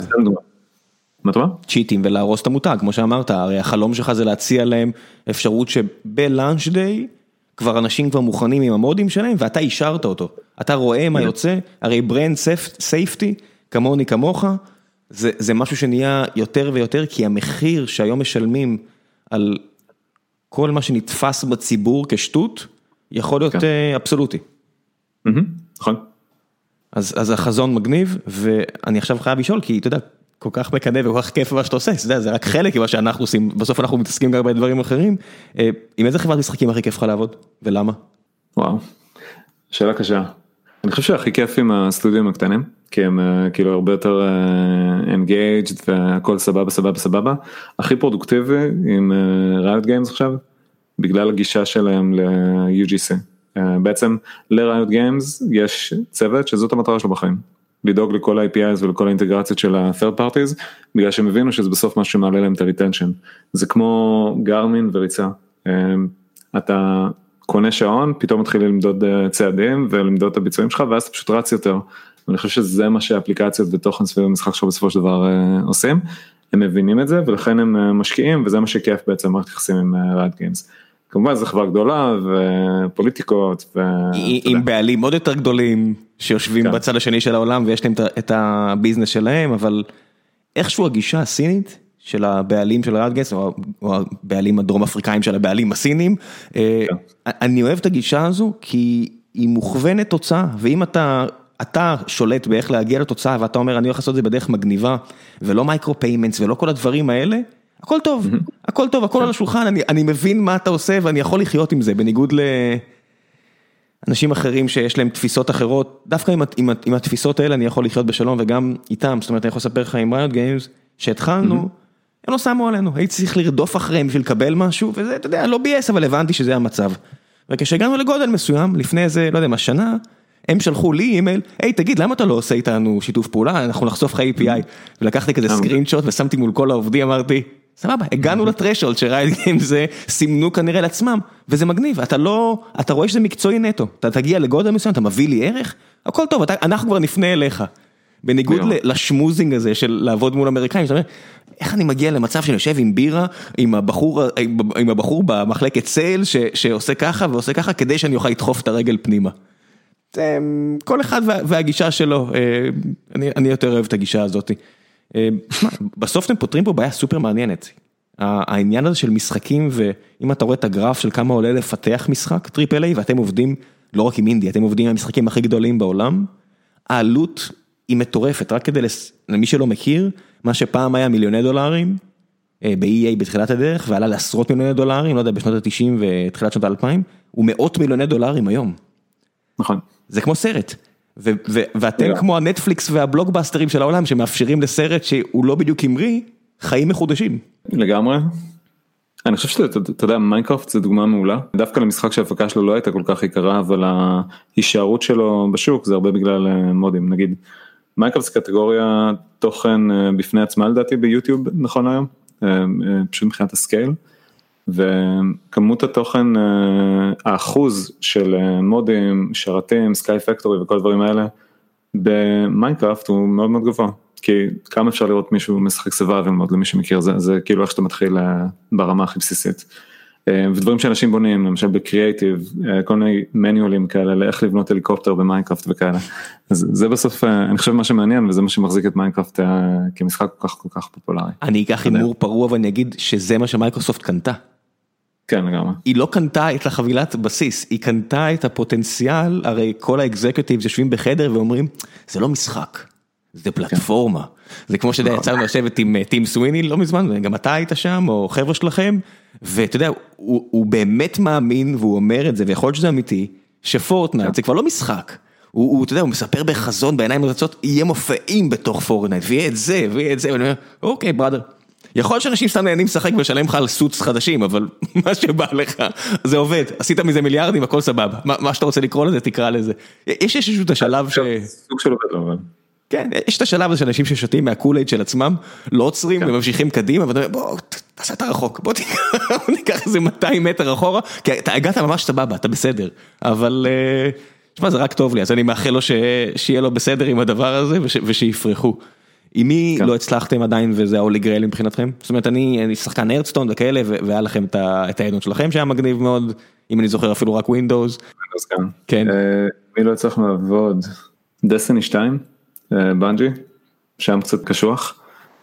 Speaker 2: מה אתה אומר?
Speaker 3: צ'יטים ולהרוס את המותג, כמו שאמרת, הרי החלום שלך זה להציע להם אפשרות שבלאנץ' דיי, כבר אנשים כבר מוכנים עם המודים שלהם, ואתה אישרת אותו. אתה רואה מה יוצא, הרי ברנד סייפטי, כמוני כמוך, זה, זה משהו שנהיה יותר ויותר, כי המחיר שהיום משלמים על כל מה שנתפס בציבור כשטות, יכול להיות אבסולוטי.
Speaker 2: נכון.
Speaker 3: אז, אז החזון מגניב, ואני עכשיו חייב לשאול, כי אתה יודע, כל כך מקנה וכל כך כיף מה שאתה עושה, זה, זה רק חלק ממה שאנחנו עושים, בסוף אנחנו מתעסקים גם בדברים אחרים. עם איזה חברת משחקים הכי כיף לך לעבוד? ולמה?
Speaker 2: וואו, שאלה קשה. אני חושב שהכי כיף עם הסטודיו הקטנים, כי הם כאילו הרבה יותר engaged והכל סבבה, סבבה, סבבה. הכי פרודוקטיבי עם Riot Games עכשיו, בגלל הגישה שלהם ל-יו ג'י סי. בעצם ל-Riot Games יש צוות שזאת המטרה שלו בחיים. לדאוג לכל ה-איי פי איז ולכל האינטגרציות של ה-third parties, בגלל שהם הבינו שזה בסוף משהו שמעלה להם את ה-retention. זה כמו גרמין וריצה. אתה קונה שעון, פתאום מתחיל למדוד צעדים ולמדוד את הביצועים שלך, ואז אתה פשוט רץ יותר. ואני חושב שזה מה שהאפליקציות ותוכן סביב המשחק שלך בסופו של דבר עושים. הם מבינים את זה, ולכן הם משקיעים, וזה מה שכיף בעצם, רק תכסים עם Riot Games. כמובן זו חברה גדולה ופוליטיקות.
Speaker 3: עם בעלים עוד יותר גדולים שיושבים בצד השני של העולם ויש להם את הביזנס שלהם, אבל איכשהו הגישה הסינית של הבעלים של Riot Games, או הבעלים הדרום אפריקאים של הבעלים הסינים, אני אוהב את הגישה הזו כי היא מוכוונת תוצאה, ואם אתה... אתה שולט באיך להגיע לתוצאה, ואתה אומר, אני הולך לעשות את זה בדרך מגניבה, ולא מייקרו פיימנטס, ולא כל הדברים האלה, הכל טוב, הכל טוב, הכל על השולחן, אני, אני מבין מה אתה עושה, ואני יכול לחיות עם זה, בניגוד לאנשים אחרים שיש להם תפיסות אחרות, דווקא עם, עם, עם התפיסות האלה אני יכול לחיות בשלום, וגם איתם, זאת אומרת, אני יכול לספר לך עם Riot Games, שהתחלנו, הם לא שמו עלינו, הייתי צריך לרדוף אחריהם בשביל לקבל משהו, וזה, אתה יודע, לא בי-אס, אבל הבנתי שזה המצב. וכשהגענו לגודל מסוים, לפני איזה, לא יודע מה, שנה, הם שלחו לי אימייל, היי, תגיד, למה אתה לא עושה איתנו שיתוף פעולה? אנחנו נחשוף לך איי פי איי. ולקחתי כזה סקרינשוט, ושמתי מול כל העובדים, אמרתי, סבבה, הגענו לטרשולד, שראיית גיים זה, סימנו כנראה לעצמם, וזה מגניב, אתה לא, אתה רואה שזה מקצועי נטו, אתה תגיע לגודל מסוים, אתה מביא לי ערך, הכל טוב, אתה, אנחנו כבר נפנה אליך. בניגוד לשמוזינג הזה של לעבוד מול אמריקאים, זאת אומרת, איך אני מגיע למצב שאני יושב עם בירה, עם הבחור, עם הבחור במחלקת סייל, ש, שעושה ככה ועושה ככה, כדי שאני אוכל לדחוף את הרגל פנימה. זה, כל אחד והגישה שלו, אני, אני יותר אוהב את הגישה הזאת. בסוף אתם פותרים פה בעיה סופר מעניינת. העניין הזה של משחקים, ואם אתה רואה את הגרף של כמה עולה לפתח משחק, טריפל איי, ואתם עובדים, לא רק עם אינדי, אתם עובדים עם המשחקים הכי גדולים בעולם, העלות היא מטורפת, רק כדי, למי שלא מכיר, מה שפעם היה מיליוני דולרים, ב-אי איי בתחילת הדרך, ועלה לעשרות מיליוני דולרים, לא יודע, בשנות ה-תשעים ותחילת שנות ה-אלפיים, הוא מאות מיליוני דולרים היום.
Speaker 2: נכון.
Speaker 3: זה כמו סרט. ו- ו- ואתם כמו הנטפליקס והבלוקבאסטרים של העולם, שמאפשרים לסרט שהוא לא בדיוק אמרי, חיים מחודשים.
Speaker 2: לגמרי. אני חושב שאתה אתה יודע, מיינקראפט זה דוגמה מעולה. דווקא למשחק שההפקה שלו לא הייתה כל כך יקרה, אבל ההישארות שלו בשוק זה הרבה בגלל מודים. נגיד, מיינקראפט זה קטגוריה תוכן בפני עצמה לדעתי ביוטיוב, נכון היום? פשוט מבחינת הסקייל. וכמות התוכן, האחוז של מודים, שרתים, סקאי פקטורי וכל הדברים האלה, במיינקראפט הוא מאוד מאוד גבוה, כי כמה אפשר לראות מישהו משחק סבבה מאוד למי שמכיר, זה, זה כאילו איך שאתה מתחיל ברמה הכי בסיסית. ודברים שאנשים בונים, למשל בקריאייטיב, כל מיני מניולים כאלה, לאיך לבנות הליקופטר במיינקראפט וכאלה. אז זה בסוף, אני חושב מה שמעניין, וזה מה שמחזיק את מיינקראפט כמשחק כל כך כל כך פופולרי.
Speaker 3: אני אקח הימור פרוע ואני אגיד שזה מה שמייקרוסופט קנתה.
Speaker 2: כן, לגמרי.
Speaker 3: היא לא קנתה את החבילת בסיס, היא קנתה את הפוטנציאל, הרי כל האקזקיוטיבס יושבים בחדר ואומרים, זה לא משחק, זה פלטפורמה. זה כמו שאתה יצא לנו לשבת עם טים סוויני, לא מזמן, גם אתה היית שם, או חבר'ה שלכם, ואתה יודע, הוא, הוא באמת מאמין, והוא אומר את זה, ויכול להיות שזה אמיתי, שפורטנייט זה כבר לא משחק. הוא, הוא, אתה יודע, הוא מספר בחזון, בעיניים רצות, יהיה מופעים בתוך פורטנייט, ויהיה את זה, ויהיה את זה, ואני אומר, אוקיי, בראדר. יכול להיות שאנשים סתם נהנים לשחק ולשלם לך על סוץ חדשים, אבל מה שבא לך, זה עובד. עשית מזה מיליארדים, הכל סבבה. מה, מה שאתה רוצה לקרוא לזה, תקרא לזה. יש איזשהו את השלב ש...
Speaker 2: סוג של עובד לא עובד.
Speaker 3: כן, יש את השלב הזה של אנשים ששותים מהקולייד של עצמם, לא עוצרים וממשיכים קדימה, ואתה אומר, בוא, תעשה את הרחוק, בוא ניקח איזה מאתיים מטר אחורה, כי אתה הגעת ממש סבבה, אתה בסדר. אבל, תשמע, זה רק טוב לי, אז אני מאחל לו שיהיה לו בסדר עם הדבר הזה, ושיפרחו. עם מי לא הצלחתם עדיין וזה ההולי גרייל מבחינתכם? זאת אומרת, אני שחקן הרדסטון וכאלה, והיה לכם את העדות שלכם שהיה מגניב מאוד, אם אני זוכר אפילו רק ווינדוס.
Speaker 2: ווינדוס כן. מי לא הצלחנו לעבוד? דסטיני שתיים, בנג'י, שם קצת קשוח.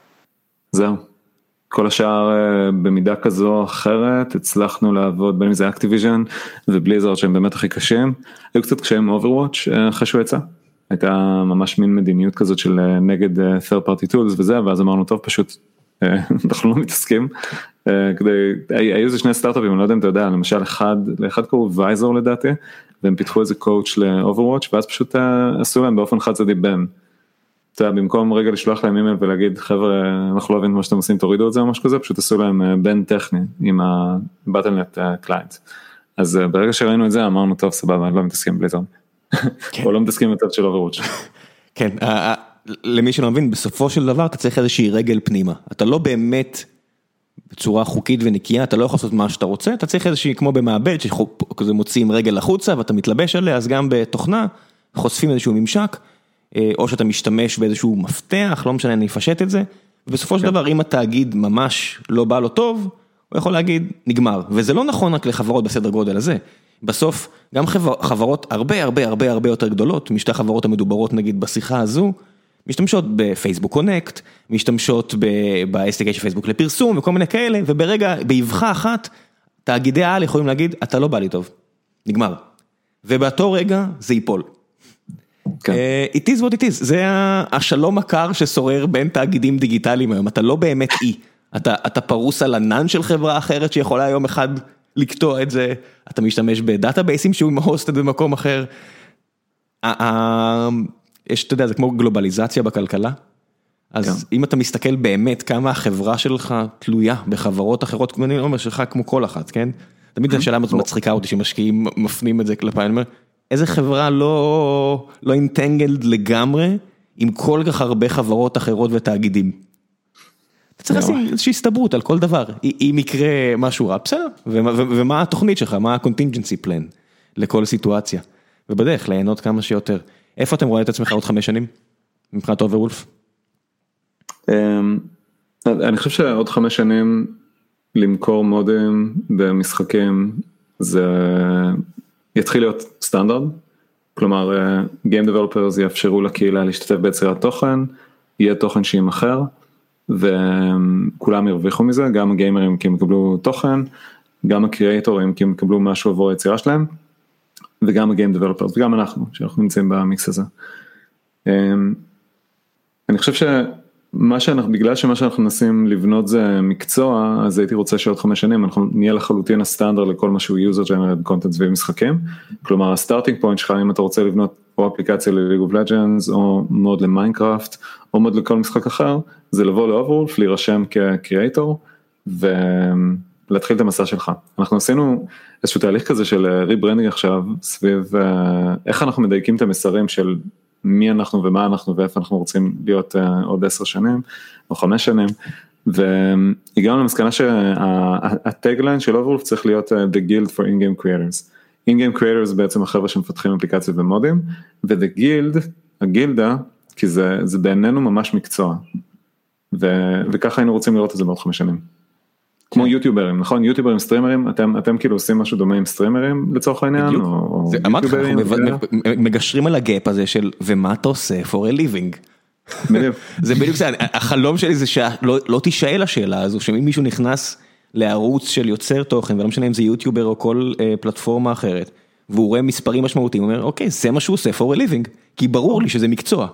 Speaker 2: זהו. כל השאר במידה כזו או אחרת, הצלחנו לעבוד בין אם זה אקטיביז'ן ובליזרד שהם באמת הכי קשים. היו קצת קשיים אוברוואץ' אחרי שהוא יצא. הייתה ממש מין מדיניות כזאת של נגד third party tools וזה, ואז אמרנו טוב פשוט, אנחנו לא מתעסקים, כדי, היו איזה שני סטארט-אפים, אני לא יודע אם אתה יודע, למשל אחד, לאחד קראו וייזור לדעתי, והם פיתחו איזה קואוץ' לאוברוואץ', ואז פשוט עשו להם באופן חד צדדי בן, אתה יודע, במקום רגע לשלוח להם אימייל ולהגיד, חבר'ה, אנחנו לא מבינים מה שאתם עושים, תורידו את זה או משהו כזה, פשוט עשו להם בן טכני עם ה-Battle.net client, אז ברגע שראינו את זה, אמרנו טוב סבבה, אני לא מתעסקים בלי זה. או לא מתעסקים בצד של אוברוואץ'.
Speaker 3: כן, למי שלא מבין, בסופו של דבר אתה צריך איזושהי רגל פנימה. אתה לא באמת בצורה חוקית ונקייה, אתה לא יכול לעשות מה שאתה רוצה, אתה צריך איזושהי, כמו במעבד, שכזה מוציאים רגל לחוצה ואתה מתלבש עליה, אז גם בתוכנה חושפים איזשהו ממשק, או שאתה משתמש באיזשהו מפתח, לא משנה, אני אפשט את זה, ובסופו של דבר, אם התאגיד ממש לא בא לו טוב, הוא יכול להגיד, נגמר. וזה לא נכון רק לחברות בסדר גודל הזה. בסוף, גם חברות הרבה הרבה הרבה הרבה יותר גדולות, משתי החברות המדוברות נגיד בשיחה הזו, משתמשות בפייסבוק קונקט, משתמשות ב-אס די קיי של פייסבוק לפרסום וכל מיני כאלה, וברגע, באבחה אחת, תאגידי העל יכולים להגיד, אתה לא בא לי טוב, נגמר. ובאותו רגע זה ייפול. It is what it is, זה השלום הקר ששורר בין תאגידים דיגיטליים היום, אתה לא באמת אי, אתה פרוס על ענן של חברה אחרת שיכולה יום אחד לקטוע את זה, אתה משתמש בדאטאבייסים שהוא הוסטד במקום אחר. יש, אתה יודע, זה כמו גלובליזציה בכלכלה. אז אם אתה מסתכל באמת כמה החברה שלך תלויה בחברות אחרות, כמו אני אומר שלך כמו כל אחת, כן? תמיד זו שאלה מצחיקה אותי שמשקיעים מפנים את זה כלפי, אני אומר, איזה חברה לא אינטנגלד לגמרי עם כל כך הרבה חברות אחרות ותאגידים. אתה צריך לשים איזושהי הסתברות על כל דבר, אם יקרה משהו רע, בסדר, ומה התוכנית שלך, מה ה-contingency plan לכל סיטואציה, ובדרך ליהנות כמה שיותר. איפה אתם רואים את עצמך עוד חמש שנים, מבחינת אוברוולף?
Speaker 2: אני חושב שעוד חמש שנים למכור מודים במשחקים, זה יתחיל להיות סטנדרט, כלומר, Game Developers יאפשרו לקהילה להשתתף ביצירת תוכן, יהיה תוכן שימכר, וכולם ירוויחו מזה, גם הגיימרים כי הם יקבלו תוכן, גם הקריאטורים כי הם יקבלו משהו עבור היצירה שלהם, וגם הגיים דבלופרס, וגם אנחנו, שאנחנו נמצאים במיקס הזה. אני חושב שמה שאנחנו, בגלל שמה שאנחנו מנסים לבנות זה מקצוע, אז הייתי רוצה שעוד חמש שנים, אנחנו נהיה לחלוטין הסטנדרט לכל מה שהוא user generated content סביב משחקים, כלומר הסטארטינג פוינט שלך, אם אתה רוצה לבנות או אפליקציה ל-League of Legends, או מוד למיינקראפט, או מוד לכל משחק אחר, זה לבוא לאוברוולף, להירשם כקריאטור, ולהתחיל את המסע שלך. אנחנו עשינו איזשהו תהליך כזה של ריברנדינג עכשיו, סביב איך אנחנו מדייקים את המסרים של מי אנחנו ומה אנחנו, ואיפה אנחנו רוצים להיות עוד עשר שנים, או חמש שנים, והגענו למסקנה שהטגליין של אוברוולף צריך להיות The Guild for In-Game Creators. In-Game Creators בעצם החבר'ה שמפתחים אפליקציות ומודים, ו-The Guild, הגילדה, כי זה, זה בעינינו ממש מקצוע, ו, וככה היינו רוצים לראות את זה בעוד חמש שנים. כמו יוטיוברים, נכון? יוטיוברים, סטרימרים, אתם, אתם כאילו עושים משהו דומה עם סטרימרים לצורך העניין? או
Speaker 3: אמרתי לך, אנחנו מגשרים על הגאפ הזה של, ומה אתה עושה for a living?
Speaker 2: בדיוק.
Speaker 3: זה בדיוק זה, החלום שלי זה שלא תישאל השאלה הזו, שאם מישהו נכנס לערוץ של יוצר תוכן, ולא משנה אם זה יוטיובר או כל פלטפורמה אחרת, והוא רואה מספרים משמעותיים, הוא אומר, אוקיי, זה מה שהוא עושה for a living, כי ברור לי שזה מקצוע.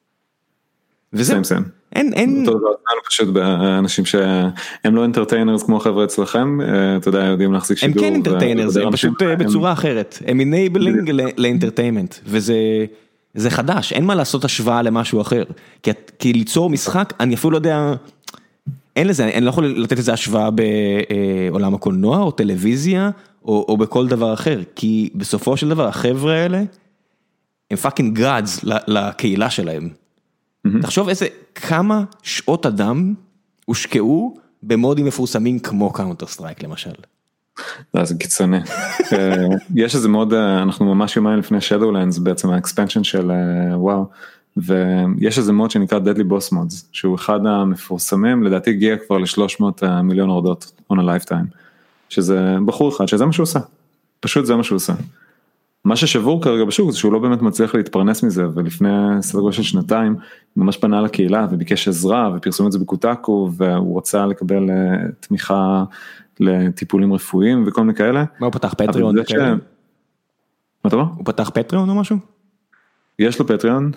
Speaker 3: וזה, אין, אין...
Speaker 2: אותו דבר, פשוט באנשים שהם לא אנטרטיינרס כמו חבר'ה אצלכם, אתה יודע, יודעים להחזיק שידור.
Speaker 3: הם כן אנטרטיינרס, הם פשוט בצורה אחרת, הם אנייבלינג לאנטרטיימנט, וזה חדש, אין מה לעשות השוואה למשהו אחר, כי ליצור משחק, אני אפילו לא יודע, אין לזה, אני לא יכול לתת איזו השוואה בעולם הקולנוע, או טלוויזיה, או בכל דבר אחר, כי בסופו של דבר, החבר'ה האלה, הם פאקינג גאדס לקהילה שלהם. תחשוב איזה, כמה שעות אדם הושקעו במודים מפורסמים כמו קאונטר סטרייק למשל.
Speaker 2: זה קיצוני. יש איזה מוד, אנחנו ממש יומיים לפני Shadowlands, בעצם האקספנשן של וואו, ויש איזה מוד שנקרא Deadly Boss Mods, שהוא אחד המפורסמים, לדעתי הגיע כבר ל-שלוש מאות מיליון הורדות on a lifetime, שזה בחור אחד, שזה מה שהוא עושה, פשוט זה מה שהוא עושה. מה ששבור כרגע בשוק זה שהוא לא באמת מצליח להתפרנס מזה, ולפני סדר גודל של שנתיים, הוא ממש פנה לקהילה וביקש עזרה, ופרסום את זה בקוטקו, והוא רצה לקבל תמיכה לטיפולים רפואיים וכל מיני כאלה.
Speaker 3: מה הוא פתח פטריון?
Speaker 2: ש... מה אתה אומר?
Speaker 3: הוא פתח פטריון או משהו?
Speaker 2: יש לו פטריון,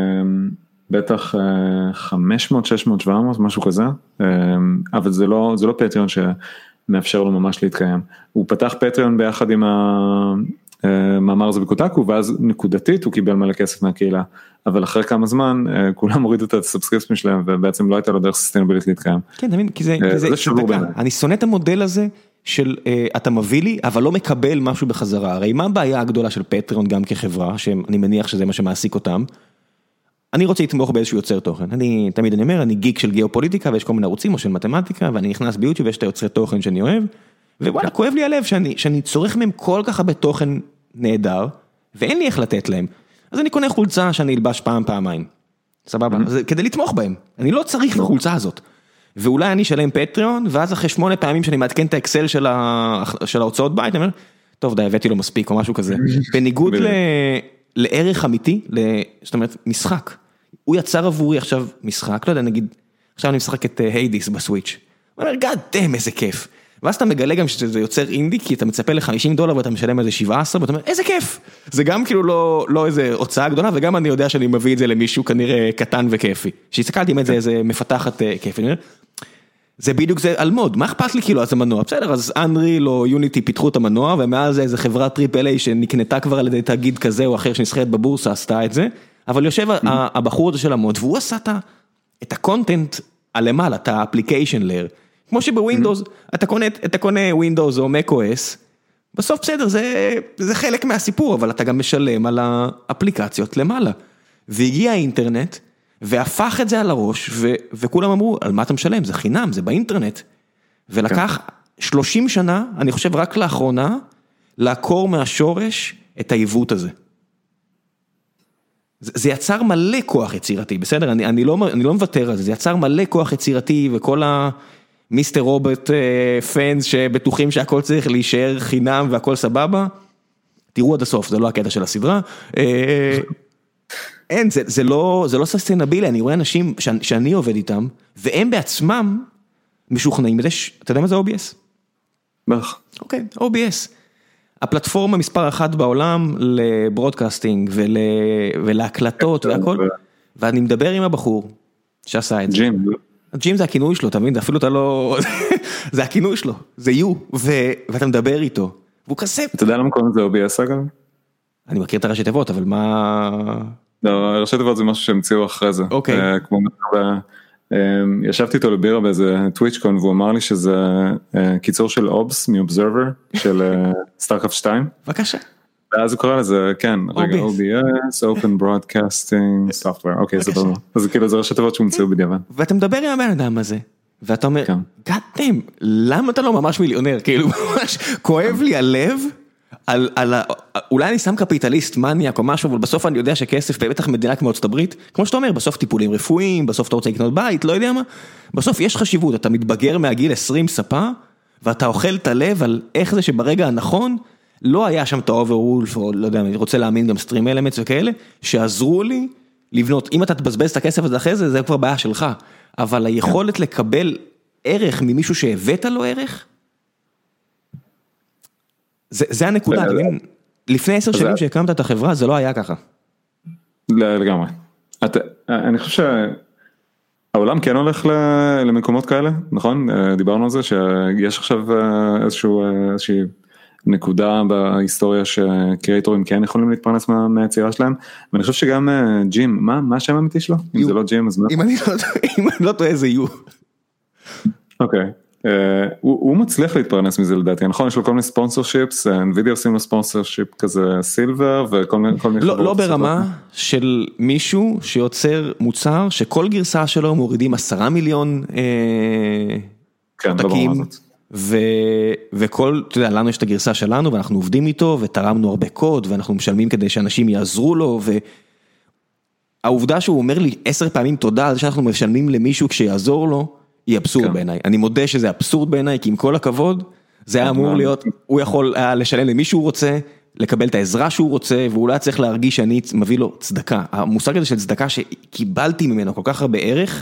Speaker 2: בטח חמש מאות, שש מאות, שבע מאות, משהו כזה, אבל זה לא, זה לא פטריון שמאפשר לו ממש להתקיים. הוא פתח פטריון ביחד עם ה... מאמר זה בקוטקו, ואז נקודתית הוא קיבל מלא כסף מהקהילה, אבל אחרי כמה זמן כולם הורידו את הסאבסקריפשן שלהם, ובעצם לא הייתה לו דרך סוסטיינבילית להתקיים.
Speaker 3: כן, תמיד, כי זה, זה שבור באמת. אני שונא את המודל הזה, של אתה מביא לי, אבל לא מקבל משהו בחזרה, הרי מה הבעיה הגדולה של פטריון גם כחברה, שאני מניח שזה מה שמעסיק אותם, אני רוצה לתמוך באיזשהו יוצר תוכן, אני תמיד אני אומר, אני גיק של גיאופוליטיקה, ויש כל מיני ערוצים, או של מתמטיקה, ואני נכנס ביוטיוב, ויש את היוצרי תוכן שאני אוהב, ווואלה, כואב לי הלב שאני, שאני צורך מהם כל כך הרבה תוכן נהדר, ואין לי איך לתת להם. אז אני קונה חולצה שאני אלבש פעם, פעמיים. סבבה? Mm-hmm. אז כדי לתמוך בהם. אני לא צריך את החולצה הזאת. ואולי אני אשלם פטריון, ואז אחרי שמונה פעמים שאני מעדכן את האקסל של, ה... של ההוצאות בית, אני אומר, טוב, די, הבאתי לו מספיק, או משהו כזה. בניגוד ל... לערך אמיתי, ל... זאת אומרת, משחק. הוא יצר עבורי עכשיו משחק, לא יודע, נגיד, עכשיו אני משחק את היידיס בסוויץ'. הוא אומר, God damn, איזה כיף. ואז אתה מגלה גם שזה יוצר אינדי, כי אתה מצפה ל-חמישים דולר ואתה משלם איזה שבע עשרה, ואתה אומר, איזה כיף! זה גם כאילו לא, לא איזה הוצאה גדולה, וגם אני יודע שאני מביא את זה למישהו כנראה קטן וכיפי. שהסתכלתי עם את זה, איזה מפתחת כיפי. זה בדיוק זה על מוד, מה אכפת לי כאילו, אז המנוע, בסדר, אז אנריל או יוניטי פיתחו את המנוע, ומאז זה איזה חברת טריפל איי שנקנתה כבר על ידי תאגיד כזה או אחר שנסחרת בבורסה, עשתה את זה, אבל יושב הבחור הזה של המוד, והוא עשה את הקונטנט הלמעלה, את האפליקיישן לייר, כמו שבווינדוס, אתה קונה, אתה קונה ווינדוס או מקו-אס, בסוף בסדר, זה, זה חלק מהסיפור, אבל אתה גם משלם על האפליקציות למעלה. והגיע האינטרנט, והפך את זה על הראש, ו, וכולם אמרו, על מה אתה משלם? זה חינם, זה באינטרנט. ולקח שלושים שנה, אני חושב רק לאחרונה, לעקור מהשורש את העיוות הזה. זה, זה יצר מלא כוח יצירתי, בסדר? אני, אני, לא, אני לא מוותר על זה, זה יצר מלא כוח יצירתי, וכל ה... מיסטר רובוט פאנס שבטוחים שהכל צריך להישאר חינם והכל סבבה, תראו עד הסוף, זה לא הקטע של הסדרה, אין, זה, זה לא, זה לא ססטיינבילי, אני רואה אנשים שאני עובד איתם, והם בעצמם משוכנעים בזה, אתה יודע מה זה או בי אס?
Speaker 2: בטח.
Speaker 3: אוקיי, או בי אס. הפלטפורמה מספר אחת בעולם לברודקאסטינג ול, ולהקלטות והכל, ואני מדבר עם הבחור שעשה את זה.
Speaker 2: ג'ים.
Speaker 3: ג'ים זה הכינוי שלו, אתה מבין? אפילו אתה לא... זה הכינוי שלו, זה יו, ואתה מדבר איתו, והוא כזה...
Speaker 2: אתה יודע למה קוראים לזה או בי אס אגב?
Speaker 3: אני מכיר את הראשי תיבות, אבל מה...
Speaker 2: לא, ראשי תיבות זה משהו שהמציאו אחרי זה.
Speaker 3: אוקיי.
Speaker 2: כמו... ישבתי איתו לבירה באיזה טוויצ'קון, והוא אמר לי שזה קיצור של אובס, מ-Observer, של סטארקראפט שתיים.
Speaker 3: בבקשה.
Speaker 2: ואז הוא קורא לזה, כן, רגע, או בי אס, Open Broadcasting Software, אוקיי, זה ברור. אז כאילו זה ראשי תיבות שהומצאו בדיעבד.
Speaker 3: ואתה מדבר עם הבן אדם הזה, ואתה אומר, God damn, למה אתה לא ממש מיליונר? כאילו, ממש כואב לי הלב, על, על, אולי אני שם קפיטליסט, מניאק או משהו, אבל בסוף אני יודע שכסף, בטח מדינה כמו ארצות הברית, כמו שאתה אומר, בסוף טיפולים רפואיים, בסוף אתה רוצה לקנות בית, לא יודע מה, בסוף יש חשיבות, אתה מתבגר מהגיל עשרים ספה, ואתה אוכל את הלב על איך זה שברגע הנכון, לא היה שם את האוברולף, או לא יודע, אני רוצה להאמין גם סטרים אלמנטס וכאלה, שעזרו לי לבנות, אם אתה תבזבז את הכסף הזה אחרי זה, זה כבר בעיה שלך, אבל היכולת לקבל ערך ממישהו שהבאת לו ערך, זה, זה הנקודה, לפני עשר שנים שהקמת את החברה, זה לא היה ככה.
Speaker 2: לגמרי. אני חושב שהעולם כן הולך למקומות כאלה, נכון? דיברנו על זה, שיש עכשיו איזשהו, איזושהי נקודה בהיסטוריה שקריאטורים כן יכולים להתפרנס מהיצירה שלהם, ואני חושב שגם ג'ים, מה, מה השם האמיתי שלו? אם זה לא ג'ים, אז מה?
Speaker 3: אם אני לא טועה, זה יו.
Speaker 2: אוקיי. הוא מצליח להתפרנס מזה לדעתי, נכון? יש לו כל מיני ספונסר-שיפס, NVIDIA עושים לו ספונסר-שיפ כזה סילבר, וכל מיני...
Speaker 3: לא ברמה של מישהו שיוצר מוצר, שכל גרסה שלו מורידים עשרה מיליון עותקים, וכל, אתה יודע, לנו יש את הגרסה שלנו, ואנחנו עובדים איתו, ותרמנו הרבה קוד, ואנחנו משלמים כדי שאנשים יעזרו לו, והעובדה שהוא אומר לי עשר פעמים תודה על זה שאנחנו משלמים למישהו כשיעזור לו, היא אבסורד בעיניי. אני מודה שזה אבסורד בעיניי, כי עם כל הכבוד, זה היה אמור להיות, הוא יכול לשלם למי שהוא רוצה, לקבל את העזרה שהוא רוצה, והוא לא היה צריך להרגיש שאני מביא לו צדקה. המושג הזה של צדקה שקיבלתי ממנו כל כך הרבה ערך,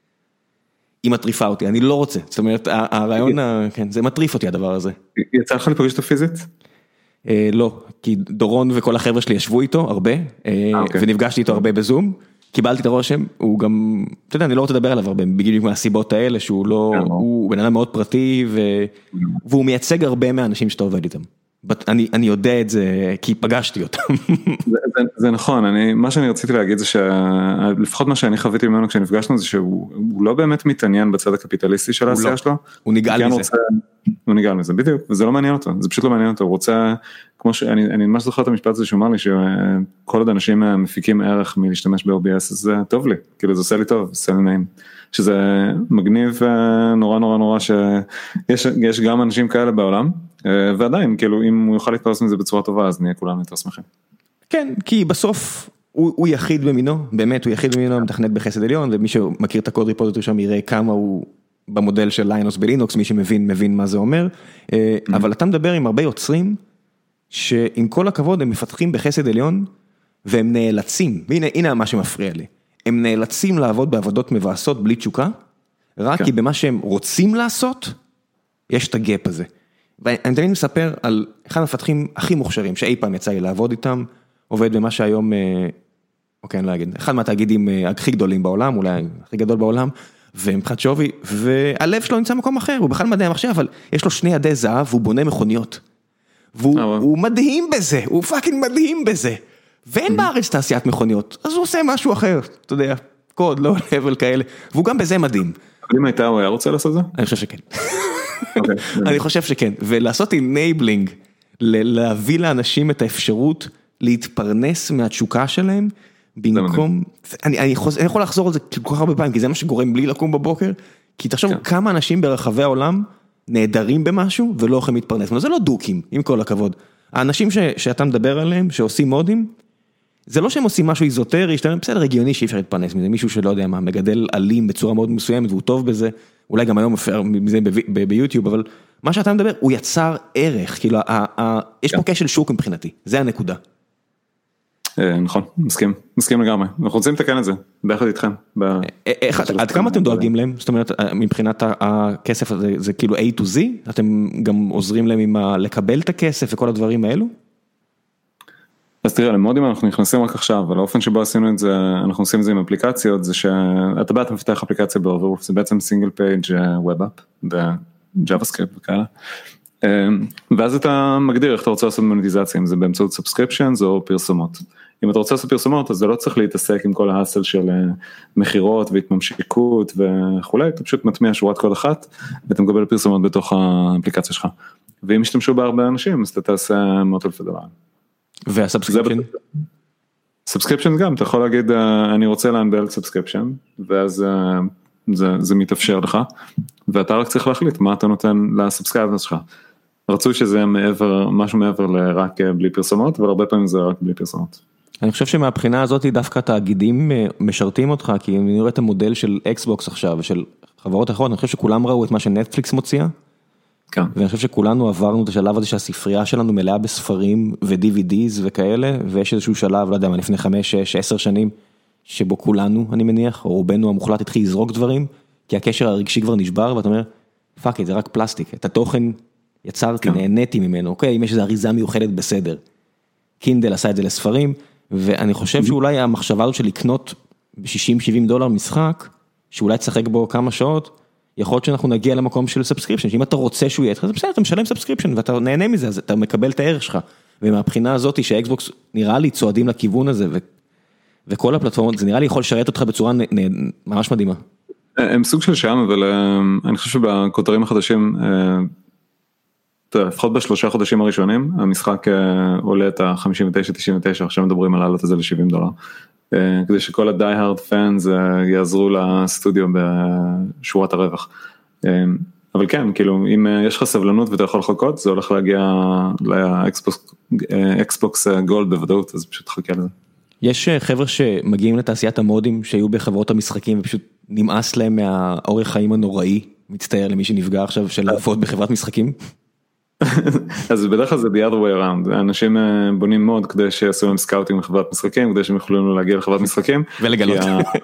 Speaker 3: היא מטריפה אותי, אני לא רוצה. זאת אומרת, הרעיון, כן, זה מטריף אותי הדבר הזה.
Speaker 2: יצא לך לפגוש אותו פיזית?
Speaker 3: לא, כי דורון וכל החבר'ה שלי ישבו איתו הרבה, ונפגשתי איתו הרבה בזום, קיבלתי את הרושם, הוא גם, אתה יודע, אני לא רוצה לדבר עליו הרבה, בגלל מהסיבות האלה, שהוא לא, הוא בן אדם מאוד פרטי, והוא מייצג הרבה מהאנשים שאתה עובד איתם. אני, אני יודע את זה, כי פגשתי אותם.
Speaker 2: זה, זה, זה נכון, אני, מה שאני רציתי להגיד זה שלפחות מה שאני חוויתי ממנו כשנפגשנו, זה שהוא לא באמת מתעניין בצד הקפיטליסטי של העשייה שלו.
Speaker 3: הוא נגעל מזה.
Speaker 2: רוצה, הוא נגעל מזה, בדיוק, וזה לא מעניין אותו, זה פשוט לא מעניין אותו, הוא רוצה, כמו שאני, אני ממש זוכר את המשפט הזה שהוא אמר לי, שכל עוד אנשים מפיקים ערך מלהשתמש ב-או בי אס, אז זה טוב לי, כאילו זה עושה לי טוב, עושה לי נעים. שזה מגניב נורא נורא נורא שיש יש גם אנשים כאלה בעולם, ועדיין, כאילו, אם הוא יוכל להתפרס מזה בצורה טובה, אז נהיה כולנו יותר שמחים.
Speaker 3: כן, כי בסוף הוא, הוא יחיד במינו, באמת הוא יחיד במינו, מתכנת בחסד עליון, ומי שמכיר את הקוד ריפוזיטורי שם יראה כמה הוא במודל של ליינוס בלינוקס, מי שמבין, מבין מה זה אומר, אבל אתה מדבר עם הרבה יוצרים, שעם כל הכבוד הם מפתחים בחסד עליון, והם נאלצים, והנה הנה מה שמפריע לי, הם נאלצים לעבוד בעבודות מבאסות בלי תשוקה, רק כן. כי במה שהם רוצים לעשות, יש את הגאפ הזה. ואני תמיד מספר על אחד המפתחים הכי מוכשרים, שאי פעם יצא לי לעבוד איתם, עובד במה שהיום, אוקיי, אני לא אגיד, אחד מהתאגידים הכי גדולים בעולם, אולי הכי גדול בעולם, ומבחינת שווי, והלב שלו נמצא במקום אחר, הוא בכלל מדעי המחשב, אבל יש לו שני ידי זהב, והוא בונה מכוניות. והוא מדהים בזה, הוא פאקינג מדהים בזה. ואין בארץ תעשיית מכוניות, אז הוא עושה משהו אחר, אתה יודע. קוד, לא level כאלה, והוא גם בזה מדהים.
Speaker 2: אם הייתה, הוא היה רוצה לעשות זה?
Speaker 3: אני חושב שכן. אני חושב שכן, ולעשות enabling, להביא לאנשים את האפשרות להתפרנס מהתשוקה שלהם, במקום, אני, אני, חוז, אני יכול לחזור על זה כל כך הרבה פעמים, כי זה מה שגורם בלי לקום בבוקר, כי תחשוב כמה אנשים ברחבי העולם נהדרים במשהו ולא יכולים להתפרנס, זה לא דוקים, עם כל הכבוד. האנשים ש, שאתה מדבר עליהם, שעושים מודים, זה לא שהם עושים משהו איזוטרי, שאתה בסדר הגיוני שאי אפשר להתפרנס מזה, מישהו שלא יודע מה, מגדל עלים בצורה מאוד מסוימת, והוא טוב בזה, אולי גם היום מפר מזה ביוטיוב, אבל מה שאתה מדבר, הוא יצר ערך, כאילו, יש פה כשל שוק מבחינתי, זה הנקודה.
Speaker 2: נכון, מסכים, מסכים לגמרי, אנחנו רוצים לתקן את זה, ביחד איתכם.
Speaker 3: עד כמה אתם דואגים להם? זאת אומרת, מבחינת הכסף הזה, זה כאילו A to Z, אתם גם עוזרים להם עם לקבל את הכסף וכל הדברים האלו?
Speaker 2: אז תראה, למודים אנחנו נכנסים רק עכשיו, אבל האופן שבו עשינו את זה, אנחנו עושים את זה עם אפליקציות, זה שאתה בא, אתה מפתח אפליקציה ב-Overwolf, זה בעצם סינגל פייג' ווב אפ, ב-JavaScript וכאלה, ואז אתה מגדיר איך אתה רוצה לעשות מוניטיזציה, אם זה באמצעות subscriptions או פרסומות. אם אתה רוצה לעשות פרסומות, אז זה לא צריך להתעסק עם כל ההסל של מחירות והתממשיקות וכולי, אתה פשוט מטמיע שורת קוד אחת, ואתה מקבל פרסומות בתוך האפליקציה שלך. ואם ישתמשו בהרבה אנשים, אז אתה תעשה מאות אלפי דולרים.
Speaker 3: והסאבסקריפשן?
Speaker 2: סאבסקריפשן גם, אתה יכול להגיד, אני רוצה להנבל סאבסקריפשן, ואז זה, זה מתאפשר לך, ואתה רק צריך להחליט מה אתה נותן לסאבסקריפשן שלך. רצוי שזה מעבר, משהו מעבר לרק בלי פרסומות, אבל הרבה פעמים זה רק בלי פרסומות.
Speaker 3: אני חושב שמהבחינה הזאת דווקא התאגידים משרתים אותך, כי אני רואה את המודל של אקסבוקס עכשיו, ושל חברות אחרות, אני חושב שכולם ראו את מה שנטפליקס מוציאה,
Speaker 2: כן.
Speaker 3: ואני חושב שכולנו עברנו את השלב הזה שהספרייה שלנו מלאה בספרים ו-די וי דיז וכאלה, ויש איזשהו שלב, לא יודע מה, לפני חמש, שש, עשר שנים, שבו כולנו, אני מניח, או רובנו המוחלט התחיל לזרוק דברים, כי הקשר הרגשי כבר נשבר, ואתה אומר, פאק, זה רק פלסטיק, את התוכן יצרתי, כן. נהניתי ממנו, אוקיי, אם יש איזו אריזה מיוחדת בסדר. קינדל עשה את זה לספרים, ואני חושב שאולי המחשבה הזאת של לקנות ב-שישים שבעים דולר משחק, שאולי תשחק בו כמה שעות, יכול להיות שאנחנו נגיע למקום של סאבסקריפשן, שאם אתה רוצה שהוא יהיה, אז בסדר, אתה משלם סאבסקריפשן, ואתה נהנה מזה, אז אתה מקבל את הערך שלך, ומהבחינה הזאת שהאקסבוקס נראה לי צועדים לכיוון הזה, ו... וכל הפלטפורמות, זה נראה לי יכול לשרת אותך בצורה נ... נ... ממש מדהימה.
Speaker 2: הם סוג של שם, אבל אני חושב שבכותרים החדשים, לפחות בשלושה חודשים הראשונים, המשחק עולה את ה-חמישים ותשע תשעים ותשע, עכשיו מדברים על העלות הזה ל-שבעים דולר. כדי שכל ה-die hard fans יעזרו לסטודיו בשורת הרווח. אבל כן, כאילו, אם יש לך סבלנות ואתה יכול לחכות, זה הולך להגיע לאקסבוקס גולד בוודאות, אז פשוט חכה לזה.
Speaker 3: יש חבר'ה שמגיעים לתעשיית המודים, שהיו בחברות המשחקים, ופשוט נמאס להם מהאורך חיים הנוראי, מצטער למי שנפגע עכשיו, של לעבוד בחברת משחקים?
Speaker 2: אז בדרך כלל זה the other way around, אנשים בונים מוד כדי שיעשו להם סקאוטינג לחברת משחקים, כדי שהם יכולים להגיע לחברת משחקים.
Speaker 3: ולגלות.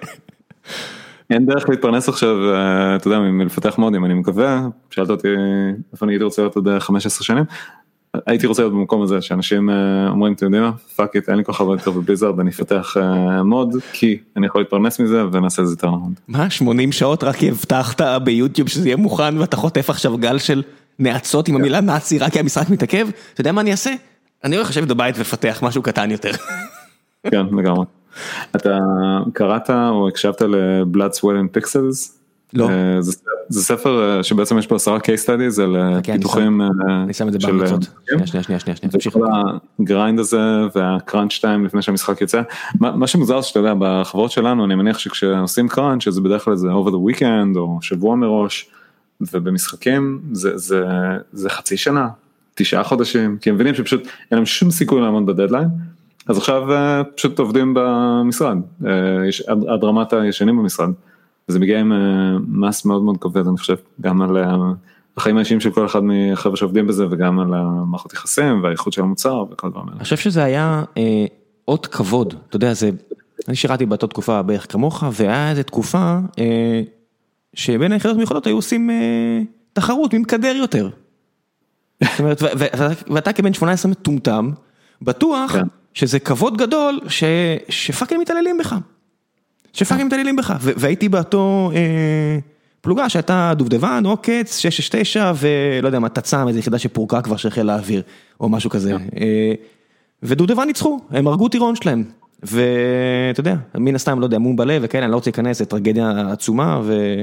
Speaker 2: אין דרך להתפרנס עכשיו, אתה יודע, מלפתח מודים, אני מקווה, שאלת אותי איפה אני הייתי רוצה להיות עוד חמש עשרה שנים, הייתי רוצה להיות במקום הזה, שאנשים אומרים, אתם יודעים מה, פאק איט, אין לי כוח הרבה יותר בבליזארד, אני אפתח מוד, כי אני יכול להתפרנס מזה, ונעשה את זה יותר נכון.
Speaker 3: מה, שמונים שעות רק הבטחת ביוטיוב שזה יהיה מוכן, ואתה חוטף עכשיו גל של נעצות עם המילה נאצי, רק כי המשחק מתעכב, אתה יודע מה אני אעשה? אני הולך לשבת בבית ופתח משהו קטן יותר.
Speaker 2: כן, לגמרי. אתה קראת או הקשבת ל-Blood, Sweat and Pixels?
Speaker 3: לא.
Speaker 2: זה ספר שבעצם יש פה עשרה case studies על פיתוחים
Speaker 3: אני שם את זה בהמלצות. שנייה, שנייה, שנייה, שנייה.
Speaker 2: וכל הגריינד הזה והקראנץ' טיים לפני שהמשחק יוצא. מה שמוזר שאתה יודע, בחברות שלנו, אני מניח שכשעושים קראנץ', זה בדרך כלל זה over the weekend או שבוע מראש, ובמשחקים זה, זה, זה חצי שנה, תשעה חודשים, כי הם מבינים שפשוט אין להם שום סיכוי לעמוד בדדליין, אז עכשיו פשוט עובדים במשרד, יש, עד רמת הישנים במשרד, וזה מגיע עם מס מאוד מאוד כבד, אני חושב, גם על החיים האישיים של כל אחד מחבר'ה שעובדים בזה, וגם על המערכות יחסים והאיכות של המוצר וכל דבר.
Speaker 3: אני חושב שזה היה אה, עוד כבוד, אתה יודע, זה, אני שירתי באותה תקופה בערך כמוך, והיה איזו תקופה, אה, שבין היחידות מיוחדות היו עושים אה, תחרות, מי מקדר יותר. זאת אומרת, ואתה כבן שמונה עשרה מטומטם, בטוח כן. שזה כבוד גדול ש, שפאקים מתעללים בך. שפאקים מתעללים בך. ו, והייתי באותו אה, פלוגה שהייתה דובדבן, עוקץ, שש שש תשע, ולא יודע מה, תצם, איזו יחידה שפורקה כבר שחיל לאוויר, או משהו כזה. כן. אה, ודובדבן ניצחו, הם הרגו טירון שלהם. ואתה יודע, מן הסתם, לא יודע, מום בלב, וכן, אני לא רוצה להיכנס, זה טרגדיה עצומה,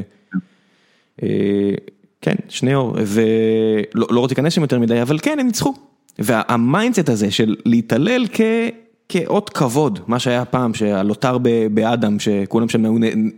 Speaker 3: וכן, שני אור, ולא לא רוצה להיכנס שם יותר מדי, אבל כן, הם ניצחו. והמיינדסט הזה של להתעלל כ... כאות כבוד, מה שהיה פעם, שהלוטר באדם, שכולם שם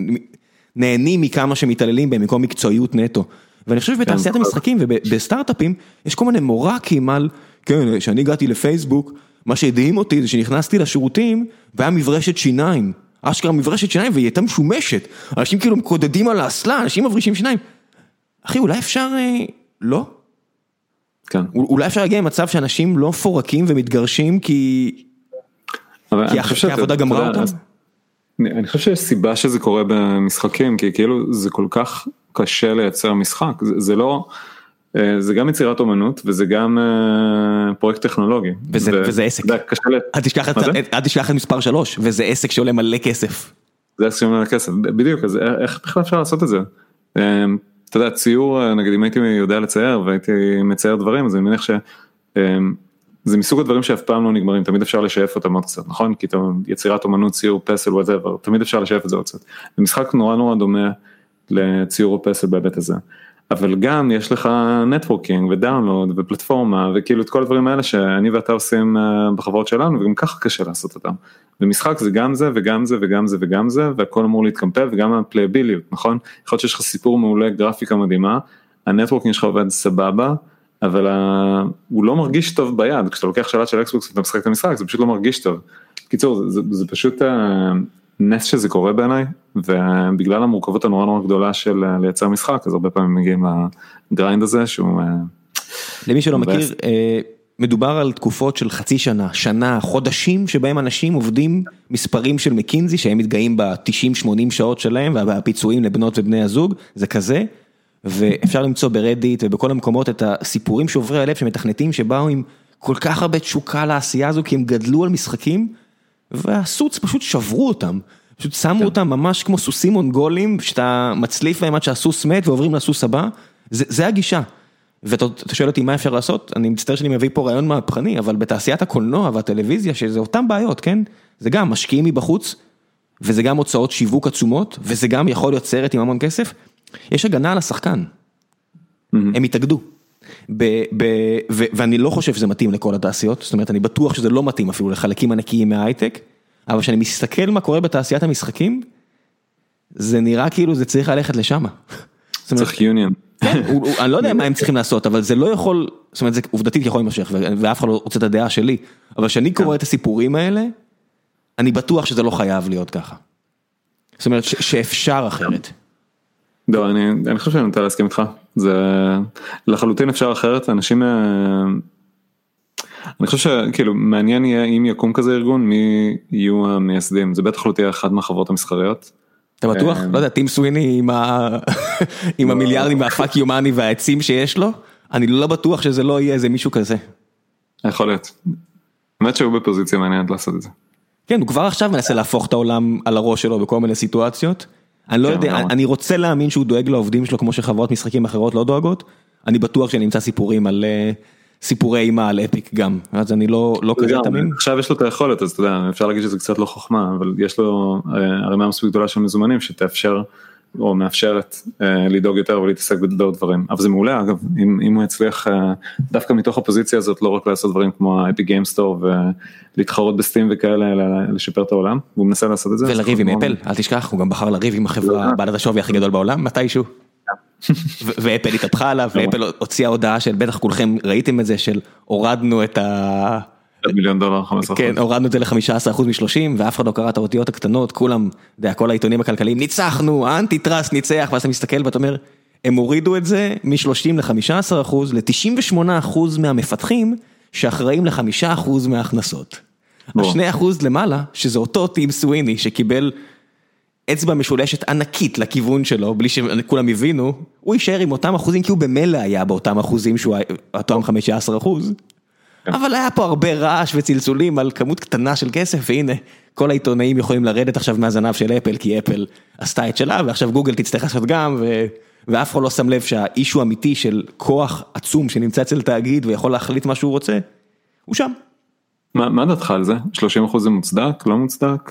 Speaker 3: נהנים מכמה שמתעללים בהם, מקום מקצועיות נטו. ואני חושב שבתעשיית המשחקים ובסטארט-אפים, יש כל מיני מורקים על, כן, כשאני הגעתי לפייסבוק, מה שהדהים אותי זה שנכנסתי לשירותים, והיה מברשת שיניים. אשכרה מברשת שיניים, והיא הייתה משומשת. אנשים כאילו מקודדים על האסלה, אנשים מברישים שיניים. אחי, אולי אפשר, לא?
Speaker 2: כן.
Speaker 3: אולי אפשר להגיע למצב שאנשים לא פורקים ומתגרשים, כי... כי העבודה גמרה אותם?
Speaker 2: אני חושב שיש סיבה שזה קורה במשחקים, כי כאילו זה כל כך קשה לייצר משחק, זה לא, זה גם יצירת אומנות, וזה גם פרויקט טכנולוגי.
Speaker 3: וזה עסק. אל תשכח את מספר שלוש, וזה עסק שעולה מלא כסף.
Speaker 2: זה עסק שעולה מלא כסף, בדיוק, אז איך בכלל אפשר לעשות את זה? אתה יודע, ציור, נגיד אם הייתי יודע לצייר, והייתי מצייר דברים, אז אני מניח ש... זה מסוג הדברים שאף פעם לא נגמרים, תמיד אפשר לשאף אותם עוד קצת, נכון? כי יצירת אומנות, ציור, פסל, whatever, תמיד אפשר לשאף את זה עוד קצת. במשחק נורא נורא דומה לציור או פסל בהיבט הזה. אבל גם יש לך נטוורקינג ודאונלוד ופלטפורמה, וכאילו את כל הדברים האלה שאני ואתה עושים בחברות שלנו, וגם ככה קשה לעשות אותם. במשחק זה גם זה וגם זה וגם זה וגם זה, והכל אמור להתקמפל, וגם הפלייביליות, נכון? יכול להיות שיש לך סיפור מעולה, גרפיקה מדהימה, הנטוורקינג שלך עובד סבבה, אבל הוא לא מרגיש טוב ביד, כשאתה לוקח שלט של אקסבוקס ואתה משחק את המשחק, זה פשוט לא מרגיש טוב. קיצור, זה, זה פשוט נס שזה קורה בעיניי, ובגלל המורכבות הנורא נורא גדולה של לייצר משחק, אז הרבה פעמים מגיעים לגריינד הזה, שהוא...
Speaker 3: למי שלא מכיר, מדובר על תקופות של חצי שנה, שנה, חודשים, שבהם אנשים עובדים מספרים של מקינזי, שהם מתגאים ב-תשעים שמונים שעות שלהם, והפיצויים לבנות ובני הזוג, זה כזה, ואפשר למצוא ברדיט ובכל המקומות את הסיפורים שעוברי הלב שמתכנתים שבאו עם כל כך הרבה תשוקה לעשייה הזו, כי הם גדלו על משחקים, והסוץ פשוט שברו אותם, פשוט שמו אותם ממש כמו סוסים מונגולים, שאתה מצליף בהם עד שהסוס מת ועוברים לסוס הבא, זה, זה הגישה. ואתה שואל אותי מה אפשר לעשות, אני מצטער שאני מביא פה רעיון מהפכני, אבל בתעשיית הקולנוע והטלוויזיה, שזה אותם בעיות, כן? זה גם משקיעים מבחוץ, וזה גם הוצאות שיווק עצומות, וזה גם יכול להיות סרט עם המון כסף, יש הגנה על השחקן, הם התאגדו, ואני לא חושב שזה מתאים לכל התעשיות, זאת אומרת אני בטוח שזה לא מתאים אפילו לחלקים ענקיים מההייטק, אבל כשאני מסתכל מה קורה בתעשיית המשחקים, זה נראה כאילו זה צריך ללכת לשם.
Speaker 2: צריך יוניון.
Speaker 3: אני לא יודע מה הם צריכים לעשות, אבל זה לא יכול, זאת אומרת זה עובדתית יכול להימשך, ואף אחד לא רוצה את הדעה שלי, אבל כשאני קורא את הסיפורים האלה, אני בטוח שזה לא חייב להיות ככה. זאת אומרת שאפשר אחרת.
Speaker 2: לא, אני, אני חושב שאני נוטה להסכים איתך, זה לחלוטין אפשר אחרת, אנשים, אני חושב שכאילו מעניין יהיה אם יקום כזה ארגון, מי יהיו המייסדים, זה בטח לא תהיה אחת מהחברות המסחריות.
Speaker 3: אתה בטוח? לא יודע, טים סוויני עם המיליארדים והפאק יומני והעצים שיש לו, אני לא בטוח שזה לא יהיה איזה מישהו כזה.
Speaker 2: יכול להיות, באמת שהוא בפוזיציה מעניינת לעשות את זה.
Speaker 3: כן, הוא כבר עכשיו מנסה להפוך את העולם על הראש שלו בכל מיני סיטואציות, אני לא יודע, אני רוצה להאמין שהוא דואג לעובדים שלו כמו שחברות משחקים אחרות לא דואגות, אני בטוח שאני אמצא סיפורים על סיפורי אימה על אפיק גם, אז אני לא כזה תמים.
Speaker 2: עכשיו יש לו את היכולת, אז אתה יודע, אפשר להגיד שזה קצת לא חוכמה, אבל יש לו הרמה מספיק גדולה של מזומנים שתאפשר או מאפשרת לדאוג יותר ולהתעסק בעוד דברים, אבל זה מעולה אגב, אם הוא יצליח דווקא מתוך הפוזיציה הזאת לא רק לעשות דברים כמו האפיק גיים סטור ולהתחרות בסטים וכאלה, אלא לשפר את העולם, והוא מנסה לעשות את זה.
Speaker 3: ולריב עם אפל, אל תשכח, הוא גם בחר לריב עם החברה בעלת השווי הכי גדול בעולם, מתישהו. ואפל התהפכה עליו, ואפל הוציאה הודעה של, בטח כולכם ראיתם את זה, של הורדנו את ה...
Speaker 2: מיליון דולר, חמישה עשר אחוז.
Speaker 3: כן, הורדנו את זה ל-חמישה עשר אחוז מ-שלושים, ואף אחד לא קרא את האותיות הקטנות, כולם, כל העיתונים הכלכליים, ניצחנו, האנטי טראסט ניצח, ואז אתה מסתכל ואתה אומר, הם הורידו את זה מ-שלושים ל-חמישה עשר אחוז, ל-תשעים ושמונה אחוז מהמפתחים, שאחראים ל-חמישה אחוז מההכנסות. ה-שני אחוז למעלה, שזה אותו טים סוויני, שקיבל אצבע משולשת ענקית לכיוון שלו, בלי שכולם הבינו, הוא יישאר עם אותם אחוזים, כי הוא במילא היה באותם אחוזים, שהוא אותם חמישה עשר אחוז. אבל היה פה הרבה רעש וצלצולים על כמות קטנה של כסף, והנה, כל העיתונאים יכולים לרדת עכשיו מהזנב של אפל, כי אפל עשתה את שלה, ועכשיו גוגל תצטרך לעשות גם, ו... ואף אחד לא שם לב שהאישו אמיתי של כוח עצום שנמצא אצל תאגיד, ויכול להחליט מה שהוא רוצה, הוא שם.
Speaker 2: מה, מה דעתך על זה? שלושים אחוז זה מוצדק, לא מוצדק?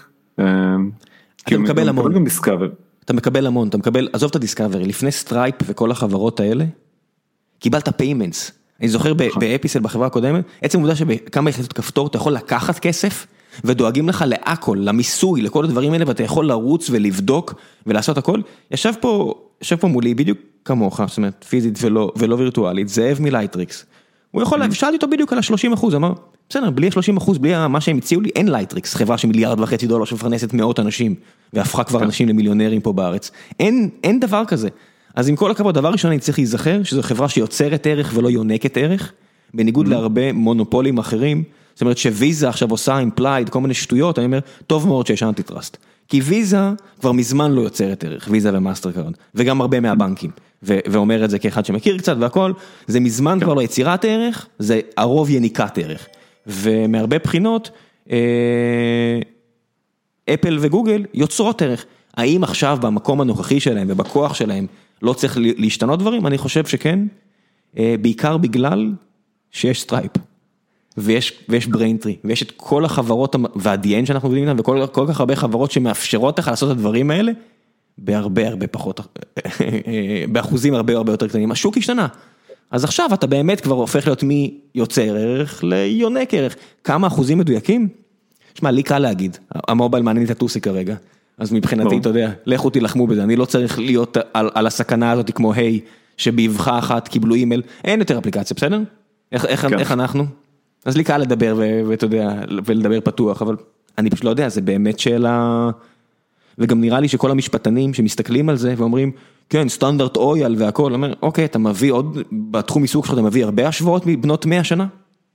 Speaker 3: אתה מקבל המון.
Speaker 2: גם דיסקאבר.
Speaker 3: אתה מקבל המון, אתה מקבל, עזוב את הדיסקאברי, לפני סטרייפ וכל החברות האלה, קיבלת פיימנטס. אני זוכר באפיסל בחברה הקודמת, עצם העובדה שבכמה יחידות כפתור אתה יכול לקחת כסף, ודואגים לך להכל, למיסוי, לכל הדברים האלה, ואתה יכול לרוץ ולבדוק ולעשות הכל. ישב פה, ישב פה מולי בדיוק כמוך, זאת אומרת, פיזית ולא, ולא וירטואלית, זאב מלייטריקס. הוא יכול, שאלתי אותו בדיוק על ה-שלושים אחוז, אמר, בסדר, בלי ה-שלושים אחוז, בלי מה שהם הציעו לי, אין לייטריקס, חברה של מיליארד וחצי דולר שמפרנסת מאות אנשים, והפכה כבר אנשים למיליונרים פה בארץ. אין, אין דבר כזה. אז עם כל הכבוד, דבר ראשון אני צריך להיזכר, שזו חברה שיוצרת ערך ולא יונקת ערך, בניגוד להרבה מונופולים אחרים, זאת אומרת שוויזה עכשיו עושה אימפלייד, כל מיני שטויות, אני אומר, טוב מאוד שיש אנטי-טראסט. כי ויזה כבר מזמן לא יוצרת ערך, ויזה ומאסטרקארד, וגם הרבה מהבנקים, ו- ואומר את זה כאחד שמכיר קצת והכל, זה מזמן כבר לא יצירת ערך, זה הרוב יניקת ערך. ומהרבה בחינות, אה, אפל וגוגל יוצרות ערך. האם עכשיו במקום הנוכחי שלהם ובכוח שלהם לא צריך להשתנות דברים? אני חושב שכן, אה, בעיקר בגלל שיש סטרייפ. ויש, ויש בריינטרי, ויש את כל החברות, וה-די אן שאנחנו עובדים איתן, וכל כל כך הרבה חברות שמאפשרות לך לעשות את הדברים האלה, בהרבה הרבה פחות, באחוזים הרבה הרבה יותר קטנים. השוק השתנה. אז עכשיו אתה באמת כבר הופך להיות מי יוצר ערך ליונק ערך. כמה אחוזים מדויקים? שמע, לי קל להגיד, המובייל מעניין את הטוסי כרגע, אז מבחינתי, אתה יודע, לכו תלחמו בזה, אני לא צריך להיות על, על הסכנה הזאת כמו היי, שבאבחה אחת קיבלו אימייל, אין יותר אפליקציה, בסדר? איך, איך, איך אנחנו? אז לי קל לדבר ואתה יודע, ולדבר פתוח, אבל אני פשוט לא יודע, זה באמת שאלה, וגם נראה לי שכל המשפטנים שמסתכלים על זה ואומרים, כן, סטנדרט אויל והכל, אומר, אוקיי, אתה מביא עוד, בתחום עיסוק שלך אתה מביא הרבה השוואות מבנות מאה שנה?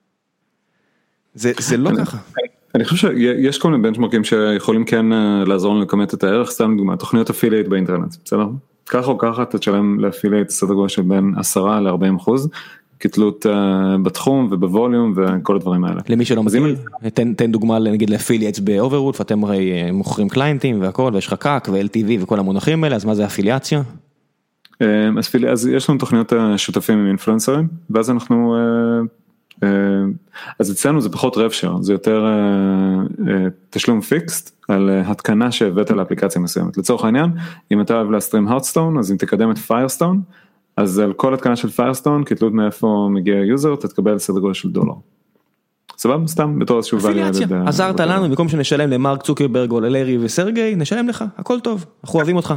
Speaker 3: זה, זה לא ככה.
Speaker 2: אני חושב שיש כל מיני בנצ'מרקים שיכולים כן לעזור לנו לכמת את הערך, סתם דוגמה, תוכניות אפילייט באינטרנט, בסדר? ככה או ככה אתה תשלם לאפילייט סדר גודל של בין עשרה ל-ארבעים אחוז, כתלות בתחום ובווליום וכל הדברים האלה.
Speaker 3: למי שלא מכיר, תן, תן דוגמה נגיד לאפילייטס באוברווולף, אתם הרי מוכרים קליינטים והכל, ויש לך קאק ו-אל טי וי וכל המונחים האלה, אז מה זה אפיליאציה?
Speaker 2: אז יש לנו תוכניות שותפים עם אינפלואנסרים, ואז אנחנו, אז אצלנו זה פחות רב-שייר, זה יותר תשלום פיקסט על התקנה שהבאת לאפליקציה מסוימת. לצורך העניין, אם אתה אוהב להסטרים הרדסטון, אז אם תקדם את פיירסטון, אז על כל התקנה של פיירסטון, כתלות מאיפה מגיע יוזר, תתקבל סדר גודל של דולר. סבב, סתם, בתור איזשהו ואלי.
Speaker 3: אפיליאציה, עזרת לנו, במקום שנשלם למרק צוקרברג או ללארי וסרגי, נשלם לך, הכל טוב, אנחנו אוהבים אותך.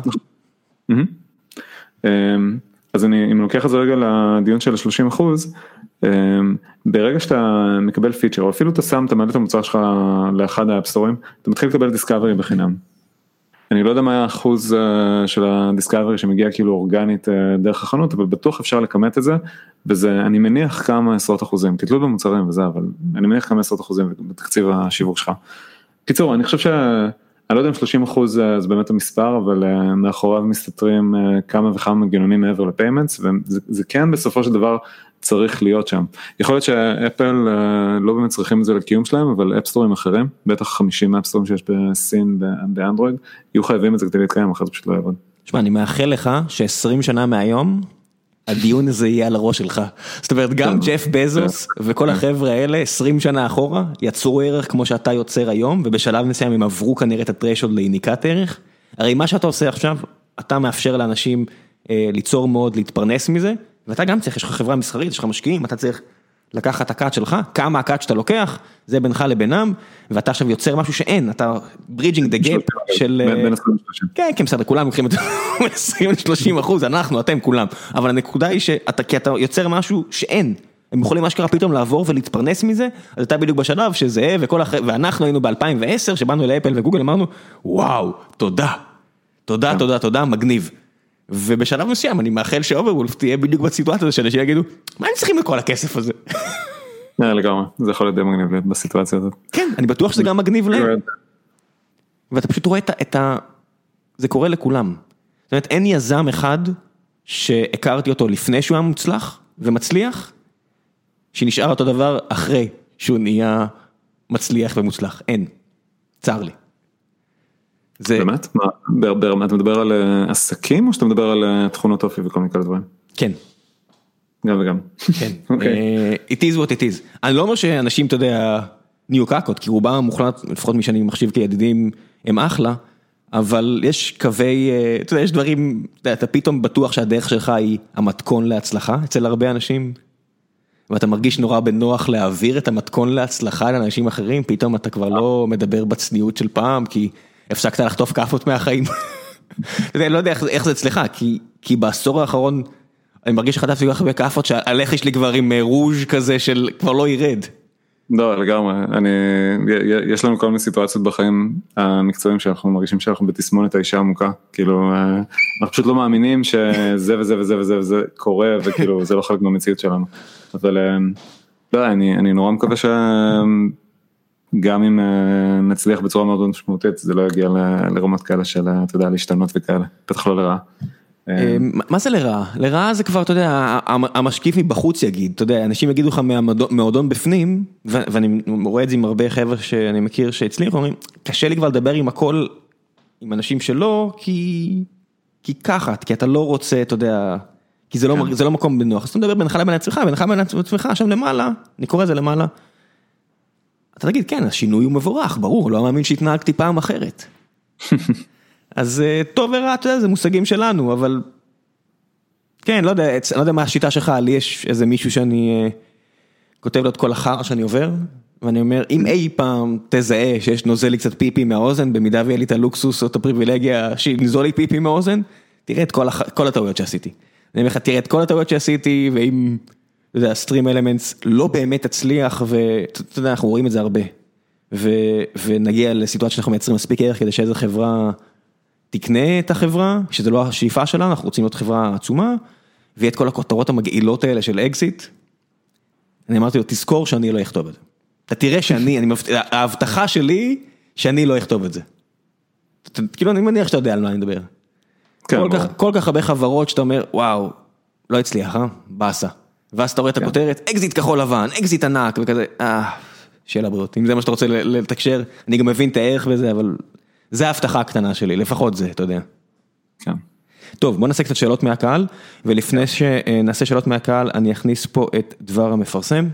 Speaker 2: אז אני, אם לוקח את זה רגע לדיון של ה-שלושים אחוז, ברגע שאתה מקבל פיצ'ר, או אפילו אתה שם, אתה מעלה את המוצר שלך לאחד האפסטורים, אתה מתחיל לקבל דיסקאברי בחינם. אני לא יודע מה האחוז של הדיסקאברי שמגיע כאילו אורגנית דרך החנות, אבל בטוח אפשר לכמת את זה, וזה, אני מניח כמה עשרות אחוזים, תתלות במוצרים וזה, אבל אני מניח כמה עשרות אחוזים בתקציב השיווק שלך. קיצור, אני חושב ש... אני לא יודע אם שלושים אחוז זה באמת המספר, אבל מאחוריו מסתתרים כמה וכמה מנגנונים מעבר לפיימנטס, וזה כן בסופו של דבר צריך להיות שם. יכול להיות שאפל לא באמת צריכים את זה לקיום שלהם, אבל אפסטורים אחרים, בטח חמישים אפסטורים שיש בסין, באנדרואיד, יהיו חייבים את זה כדי להתקיים, אחרת פשוט לא יעבוד.
Speaker 3: תשמע, אני מאחל לך ש-עשרים שנה מהיום, הדיון הזה יהיה על הראש שלך. זאת אומרת, גם ג'ף בזוס וכל החבר'ה האלה, עשרים שנה אחורה, יצרו ערך כמו שאתה יוצר היום, ובשלב מסוים הם עברו כנראה את הטרשולד לעיניקת ערך. הרי מה שאתה עושה עכשיו, אתה מאפשר לאנשים אה, ליצור מאוד, להתפרנס מזה, ואתה גם צריך, יש לך חברה מסחרית, יש לך משקיעים, אתה צריך לקחת את הקאט שלך, כמה הקאט שאתה לוקח, זה בינך לבינם, ואתה עכשיו יוצר משהו שאין, אתה bridging the gap של...
Speaker 2: בין עשרים ל-שלושים.
Speaker 3: כן, כן, בסדר, כולם לוקחים את עשרים ל-שלושים אחוז, אנחנו, אתם, כולם. אבל הנקודה היא שאתה, כי אתה יוצר משהו שאין, הם יכולים משקרה פתאום לעבור ולהתפרנס מזה, אז אתה בדיוק בשלב שזה, וכל הח... ואנחנו היינו ב-אלפיים ועשר, שבאנו לאפל וגוגל, אמרנו, וואו, תודה, תודה, תודה, תודה, מגניב. ובשלב מסוים אני מאחל שאוברווולף תהיה בדיוק בסיטואציה הזאת, שאנשים יגידו, מה הם צריכים לכל הכסף הזה?
Speaker 2: לגמרי, זה יכול להיות די מגניב להיות בסיטואציה הזאת.
Speaker 3: כן, אני בטוח שזה גם מגניב להם. ואתה פשוט רואה את ה... זה קורה לכולם. זאת אומרת, אין יזם אחד שהכרתי אותו לפני שהוא היה מוצלח ומצליח, שנשאר אותו דבר אחרי שהוא נהיה מצליח ומוצלח. אין. צר לי.
Speaker 2: באמת? מה, אתה מדבר על עסקים או שאתה מדבר על תכונות אופי וכל מיני כאלה דברים?
Speaker 3: כן.
Speaker 2: גם וגם.
Speaker 3: כן. It is what it is. אני לא אומר שאנשים, אתה יודע, ניו קאקות, כי רובם המוחלט, לפחות מי שאני מחשיב כידידים, הם אחלה, אבל יש קווי, אתה יודע, יש דברים, אתה פתאום בטוח שהדרך שלך היא המתכון להצלחה, אצל הרבה אנשים, ואתה מרגיש נורא בנוח להעביר את המתכון להצלחה לאנשים אחרים, פתאום אתה כבר לא מדבר בצניעות של פעם, כי הפסקת לחטוף כאפות מהחיים. אני לא יודע איך זה אצלך, כי בעשור האחרון, אני מרגיש שחטפתי כל כך הרבה כאפות, שהלחי שלי כבר עם רוז' כזה של כבר לא ירד.
Speaker 2: לא, לגמרי, אני, יש לנו כל מיני סיטואציות בחיים המקצועיים שאנחנו מרגישים שאנחנו בתסמונת האישה עמוקה, כאילו, אנחנו פשוט לא מאמינים שזה וזה וזה וזה וזה קורה, וכאילו, זה לא חלק מהמציאות שלנו, אבל, לא, אני, אני נורא מקווה שגם אם נצליח בצורה מאוד משמעותית, זה לא יגיע לרמות כאלה של, אתה יודע, להשתנות וכאלה, בטח לא לרעה.
Speaker 3: מה זה לרעה? לרעה זה כבר, אתה יודע, המשקיף מבחוץ יגיד, אתה יודע, אנשים יגידו לך מהמועדון בפנים, ואני רואה את זה עם הרבה חבר'ה שאני מכיר שהצליחו, אומרים, קשה לי כבר לדבר עם הכל, עם אנשים שלא, כי ככה, כי אתה לא רוצה, אתה יודע, כי זה לא מקום בנוח, אז אתה מדבר בינך לבין עצמך, בינך לבין עצמך, שם למעלה, אני קורא את זה למעלה, אתה תגיד, כן, השינוי הוא מבורך, ברור, לא מאמין שהתנהגתי פעם אחרת. אז טוב ורע, אתה יודע, זה מושגים שלנו, אבל כן, לא יודע, לא יודע מה השיטה שלך, לי יש איזה מישהו שאני כותב לו את כל החר שאני עובר, ואני אומר, אם אי פעם תזהה שיש נוזל לי קצת פיפי מהאוזן, במידה ויהיה לי את הלוקסוס או את הפריבילגיה שנזול לי פיפי מהאוזן, תראה את כל, הח... כל הטעויות שעשיתי. אני אומר לך, תראה את כל הטעויות שעשיתי, ואם, אתה יודע, סטרים אלמנטס לא באמת תצליח, ואתה יודע, אנחנו רואים את זה הרבה, ו... ונגיע לסיטואציה שאנחנו מייצרים מספיק ערך, כדי שאיזו חברה תקנה את החברה, שזה לא השאיפה שלנו, אנחנו רוצים להיות חברה עצומה, ויהיה את כל הכותרות המגעילות האלה של אקזיט, אני אמרתי לו, תזכור שאני לא אכתוב את זה. אתה תראה שאני, אני, ההבטחה שלי, שאני לא אכתוב את זה. כאילו, אני מניח שאתה יודע על מה אני מדבר. כל כך, כל כך הרבה חברות שאתה אומר, וואו, לא הצליח, אה? באסה. ואז אתה רואה את הכותרת, אקזיט כחול לבן, אקזיט ענק, וכזה, אה, שאלה בריאות. אם זה מה שאתה רוצה לתקשר, אני גם מבין את הערך בזה, אבל זה ההבטחה הקטנה שלי, לפחות זה, אתה יודע.
Speaker 2: כן.
Speaker 3: טוב, בוא נעשה קצת שאלות מהקהל, ולפני שנעשה שאלות מהקהל, אני אכניס פה את דבר המפרסם.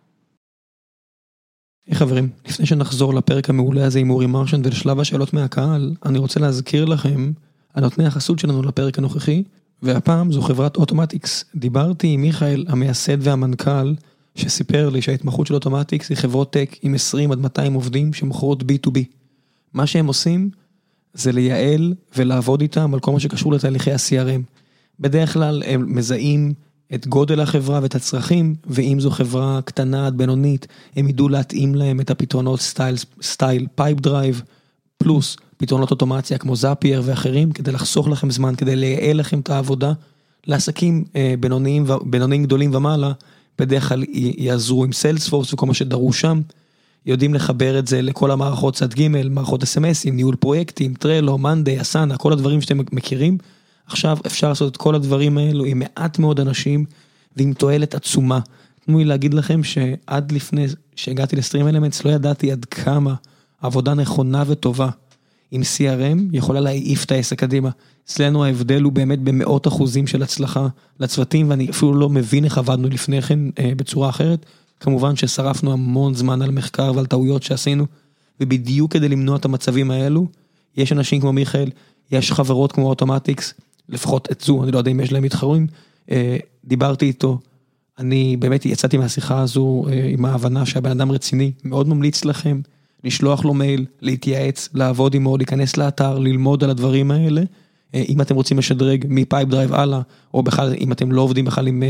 Speaker 1: היי חברים, לפני שנחזור לפרק המעולה הזה עם אורי מרשנט ולשלב השאלות מהקהל, אני רוצה להזכיר לכם על נותני החסות שלנו לפרק הנוכחי, והפעם זו חברת אוטומטיקס. דיברתי עם מיכאל, המייסד והמנכ"ל, שסיפר לי שההתמחות של אוטומטיקס היא חברות טק עם עשרים עד מאתיים עובדים שמוכרות בי טו בי. מה שהם עושים זה לייעל ולעבוד איתם על כל מה שקשור לתהליכי ה-סי אר אם. בדרך כלל הם מזהים את גודל החברה ואת הצרכים, ואם זו חברה קטנה עד בינונית, הם ידעו להתאים להם את הפתרונות סטייל, סטייל פייפ דרייב, פלוס פתרונות אוטומציה כמו זאפייר ואחרים, כדי לחסוך לכם זמן, כדי לייעל לכם את העבודה, לעסקים בינוניים, בינוניים גדולים ומעלה, בדרך כלל יעזרו עם סיילספורס וכל מה שדרוש שם, יודעים לחבר את זה לכל המערכות צד ג', מערכות אס אם אסים, ניהול פרויקטים, טרלו, מנדי, אסנה, כל הדברים שאתם מכירים, עכשיו אפשר לעשות את כל הדברים האלו עם מעט מאוד אנשים, ועם תועלת עצומה. תנו לי להגיד לכם שעד לפני שהגעתי לסטרים אלמנטס, לא ידעתי עד כמה עבודה נכונה וטובה עם סי אר אם יכולה להעיף את העסק קדימה. אצלנו ההבדל הוא באמת במאות אחוזים של הצלחה לצוותים, ואני אפילו לא מבין איך עבדנו לפני כן בצורה אחרת. כמובן ששרפנו המון זמן על מחקר ועל טעויות שעשינו, ובדיוק כדי למנוע את המצבים האלו, יש אנשים כמו מיכאל, יש חברות כמו אוטומטיקס, לפחות את זו, אני לא יודע אם יש להם מתחרים, דיברתי איתו, אני באמת יצאתי מהשיחה הזו עם ההבנה שהבן אדם רציני, מאוד ממליץ לכם לשלוח לו מייל, להתייעץ, לעבוד עמו, להיכנס לאתר, ללמוד על הדברים האלה, אם אתם רוצים לשדרג מפייפ דרייב הלאה, או בכלל אם אתם לא עובדים בכלל עם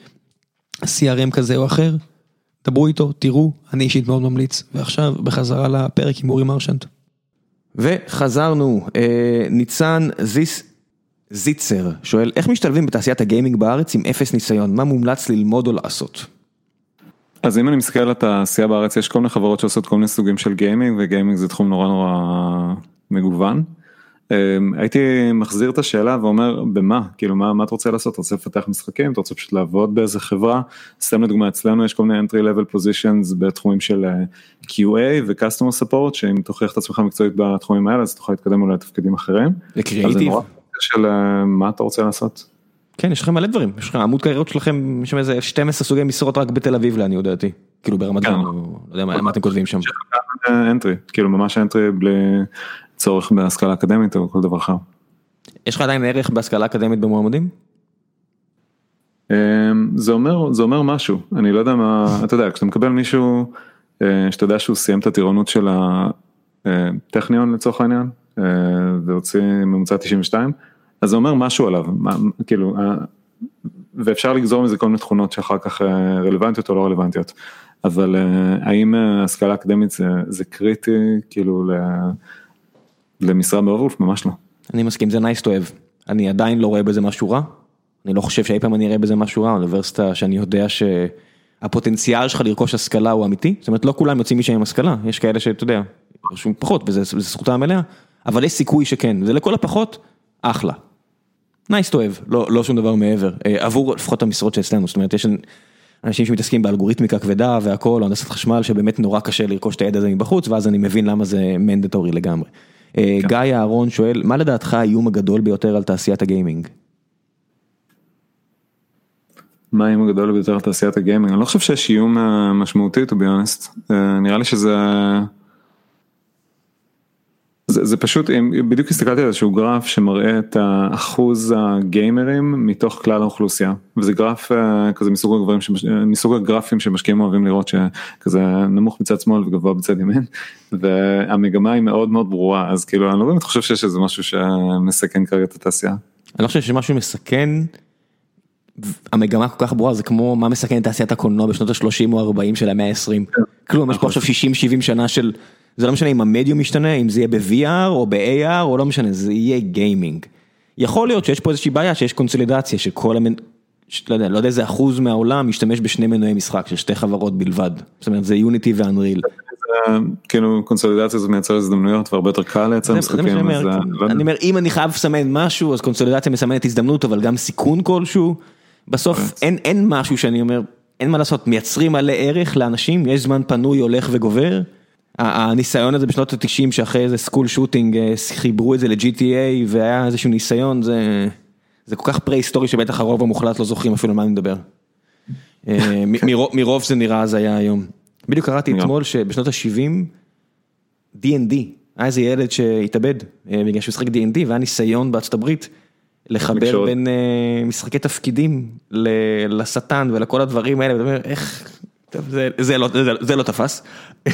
Speaker 1: סי אר אם כזה או אחר, דברו איתו, תראו, אני אישית מאוד ממליץ, ועכשיו בחזרה לפרק עם אורי מרשנט.
Speaker 3: וחזרנו, ניצן זיס, זיצר שואל, איך משתלבים בתעשיית הגיימינג בארץ עם אפס ניסיון? מה מומלץ ללמוד או לעשות?
Speaker 2: אז אם אני מסתכל על התעשייה בארץ, יש כל מיני חברות שעושות כל מיני סוגים של גיימינג, וגיימינג זה תחום נורא נורא מגוון. הייתי מחזיר את השאלה ואומר, במה? כאילו, מה, מה אתה רוצה לעשות? אתה רוצה לפתח משחקים? אתה רוצה פשוט לעבוד באיזה חברה? סתם לדוגמה, אצלנו יש כל מיני entry level positions בתחומים של קיו איי ו-customer support, שאם תוכיח את עצמך מקצועית בתחומים האלה, אז תוכל להתקדם אולי לתפקידים אחרים.
Speaker 3: לקריאיטיב.
Speaker 2: של מה אתה רוצה לעשות?
Speaker 3: כן, יש לכם מלא דברים, יש לכם עמוד קריירות שלכם, יש שם איזה שתים עשרה סוגי משרות רק בתל אביב, לעניות דעתי. כאילו ברמת גן, לא יודע מה אתם כותבים שם.
Speaker 2: אנטרי, כאילו ממש אנטרי בלי צורך בהשכלה אקדמית או כל דבר אחר.
Speaker 3: יש לך עדיין ערך בהשכלה אקדמית במועמדים?
Speaker 2: זה אומר, זה אומר משהו, אני לא יודע מה, אתה יודע, כשאתה מקבל מישהו, שאתה יודע שהוא סיים את הטירונות של הטכניון לצורך העניין, והוציא ממוצע תשעים ושתיים, אז זה אומר משהו עליו, כאילו, ואפשר לגזור מזה כל מיני תכונות שאחר כך רלוונטיות או לא רלוונטיות, אבל האם השכלה אקדמית זה, זה קריטי, כאילו, למשרה בעורף? ממש לא.
Speaker 3: אני מסכים, זה nice to have, אני עדיין לא רואה בזה משהו רע, אני לא חושב שאי פעם אני אראה בזה משהו רע, אוניברסיטה שאני יודע שהפוטנציאל שלך לרכוש השכלה הוא אמיתי, זאת אומרת לא כולם יוצאים משם עם השכלה, יש כאלה שאתה יודע, רשום פחות וזה זכותה המלאה, אבל יש סיכוי שכן, זה לכל הפחות אחלה. nice to have, לא, לא שום דבר מעבר, עבור לפחות המשרות שאצלנו, זאת אומרת יש אנשים שמתעסקים באלגוריתמיקה כבדה והכל, או הנדסת חשמל שבאמת נורא קשה לרכוש את הידע הזה מבחוץ, ואז אני מבין למה זה מנדטורי לגמרי. גיא אהרון שואל, מה לדעתך האיום הגדול ביותר על תעשיית הגיימינג?
Speaker 2: מה האיום הגדול ביותר על תעשיית הגיימינג? אני לא חושב שיש איום משמעותי, to be honest. נראה לי שזה... זה, זה פשוט, בדיוק הסתכלתי על איזשהו גרף שמראה את האחוז הגיימרים מתוך כלל האוכלוסייה, וזה גרף כזה מסוג הגברים, שמש... מסוג הגרפים שמשקיעים אוהבים לראות שכזה נמוך בצד שמאל וגבוה בצד ימין, והמגמה היא מאוד מאוד ברורה, אז כאילו אני לא באמת חושב שיש איזה משהו שמסכן כרגע את התעשייה.
Speaker 3: אני לא חושב שמשהו מסכן, המגמה כל כך ברורה, זה כמו מה מסכן את תעשיית הקולנוע בשנות ה-שלושים או ה-ארבעים של המאה ה-עשרים, כלום, יש פה עכשיו שישים שבעים שנה של... זה לא משנה אם המדיום משתנה, אם זה יהיה ב-וי אר או ב-איי אר או לא משנה, זה יהיה גיימינג. יכול להיות שיש פה איזושהי בעיה, שיש קונסולידציה, שכל המנ... לא יודע, לא יודע איזה אחוז מהעולם משתמש בשני מנועי משחק, של שתי חברות בלבד. זאת אומרת, זה יוניטי ואנריל.
Speaker 2: כאילו, קונסולידציה זה מייצר הזדמנויות, והרבה יותר קל לייצר משחקים.
Speaker 3: אני אומר, אם אני חייב לסמן משהו, אז קונסולידציה מסמנת הזדמנות, אבל גם סיכון כלשהו. בסוף, אין משהו שאני אומר, אין מה לעשות, מייצרים מלא ערך לאנשים, יש זמן פנוי, הולך וגובר. הניסיון הזה בשנות ה-תשעים שאחרי איזה סקול שוטינג חיברו את זה ל-ג'י טי איי והיה איזשהו ניסיון, זה, זה כל כך פרה-היסטורי שבטח הרוב המוחלט לא זוכרים אפילו מה אני מדבר. מרוב זה נראה זה היה היום. בדיוק קראתי אתמול שבשנות ה-שבעים די אנד די, היה איזה ילד שהתאבד בגלל שהוא שחק די אנד די והיה ניסיון בארצות הברית לחבר בין משחקי תפקידים לשטן ולכל הדברים האלה, ואומר איך... זה, זה לא, זה, זה לא תפס.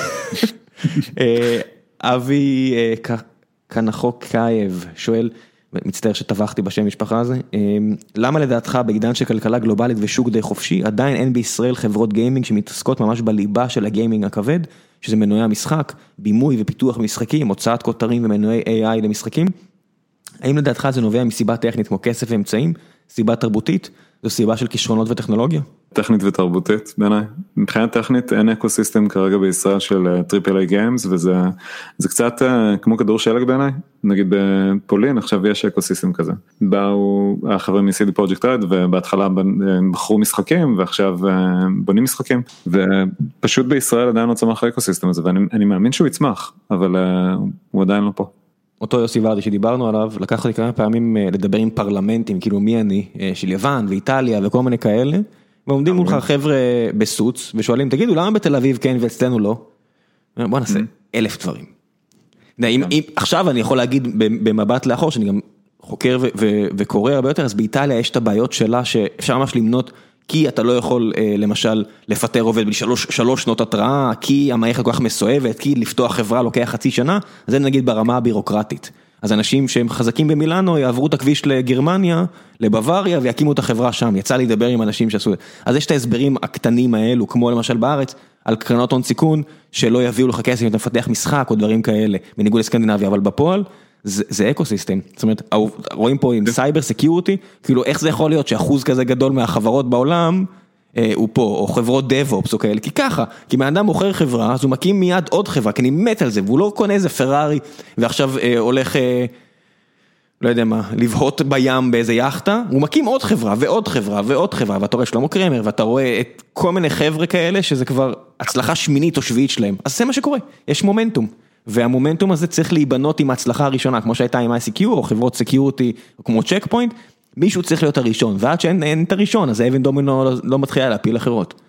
Speaker 3: אבי כנחוק קייב שואל, מצטער שטבחתי בשם משפחה הזה, למה לדעתך בעידן של כלכלה גלובלית ושוק די חופשי, עדיין אין בישראל חברות גיימינג שמתעסקות ממש בליבה של הגיימינג הכבד, שזה מנועי המשחק, בימוי ופיתוח משחקים, הוצאת כותרים ומנועי איי איי למשחקים? האם לדעתך זה נובע מסיבה טכנית כמו כסף ואמצעים, סיבה תרבותית, זו סיבה של כישרונות וטכנולוגיה?
Speaker 2: טכנית ותרבותית בעיניי. מבחינת טכנית אין אקוסיסטם כרגע בישראל של טריפל איי גיימס, וזה זה קצת כמו כדור שלג בעיניי. נגיד בפולין עכשיו יש אקוסיסטם כזה. באו החברים מ-סי די Projekt Red ובהתחלה בחרו משחקים ועכשיו בונים משחקים. ופשוט בישראל עדיין לא צמח האקוסיסטם הזה, ואני מאמין שהוא יצמח, אבל הוא עדיין לא פה.
Speaker 3: אותו יוסי ורדי שדיברנו עליו, לקח לי כמה פעמים לדבר עם פרלמנטים, כאילו מי אני, של יוון ואיטליה וכל מיני כאלה, ועומדים מולך חבר'ה בסוץ, ושואלים, תגידו, למה בתל אביב כן ואצלנו לא? בוא נעשה אלף דברים. עכשיו אני יכול להגיד במבט לאחור, שאני גם חוקר וקורא הרבה יותר, אז באיטליה יש את הבעיות שלה, שאפשר ממש למנות, כי אתה לא יכול למשל לפטר עובד בשלוש שלוש שנות התראה, כי המערכת כל כך מסואבת, כי לפתוח חברה לוקח חצי שנה, אז זה נגיד ברמה הבירוקרטית. אז אנשים שהם חזקים במילאנו יעברו את הכביש לגרמניה, לבוואריה, ויקימו את החברה שם. יצא לי לדבר עם אנשים שעשו... אז יש את ההסברים הקטנים האלו, כמו למשל בארץ, על קרנות הון סיכון, שלא יביאו לך כסף אם אתה מפתח משחק או דברים כאלה, בניגוד לסקנדינביה, אבל בפועל, זה, זה אקוסיסטם. זאת אומרת, רואים פה עם סייבר סקיוריטי, כאילו איך זה יכול להיות שאחוז כזה גדול מהחברות בעולם, אה, הוא פה, או חברות דב-אופס או כאלה, כי ככה, כי מהאדם מוכר חברה, אז הוא מקים מיד עוד חברה, כי אני מת על זה, והוא לא קונה איזה פרארי, ועכשיו אה, הולך, אה, לא יודע מה, לבהות בים באיזה יחטה, הוא מקים עוד חברה, ועוד חברה, ועוד חברה, ואתה רואה שלמה קרמר, ואתה רואה את כל מיני חבר'ה כאלה, שזה כבר הצלחה שמינית או שביעית שלהם, אז זה מה שקורה, יש מומנטום. והמומנטום הזה צריך להיבנות עם ההצלחה הראשונה, כמו שהייתה עם איי סי קיו, או חברות סקיוריטי, או כמו צ'ק פוינט, מישהו צריך להיות הראשון, ועד שאין את הראשון, אז האבן דומינו לא, לא מתחילה להפיל אחרות.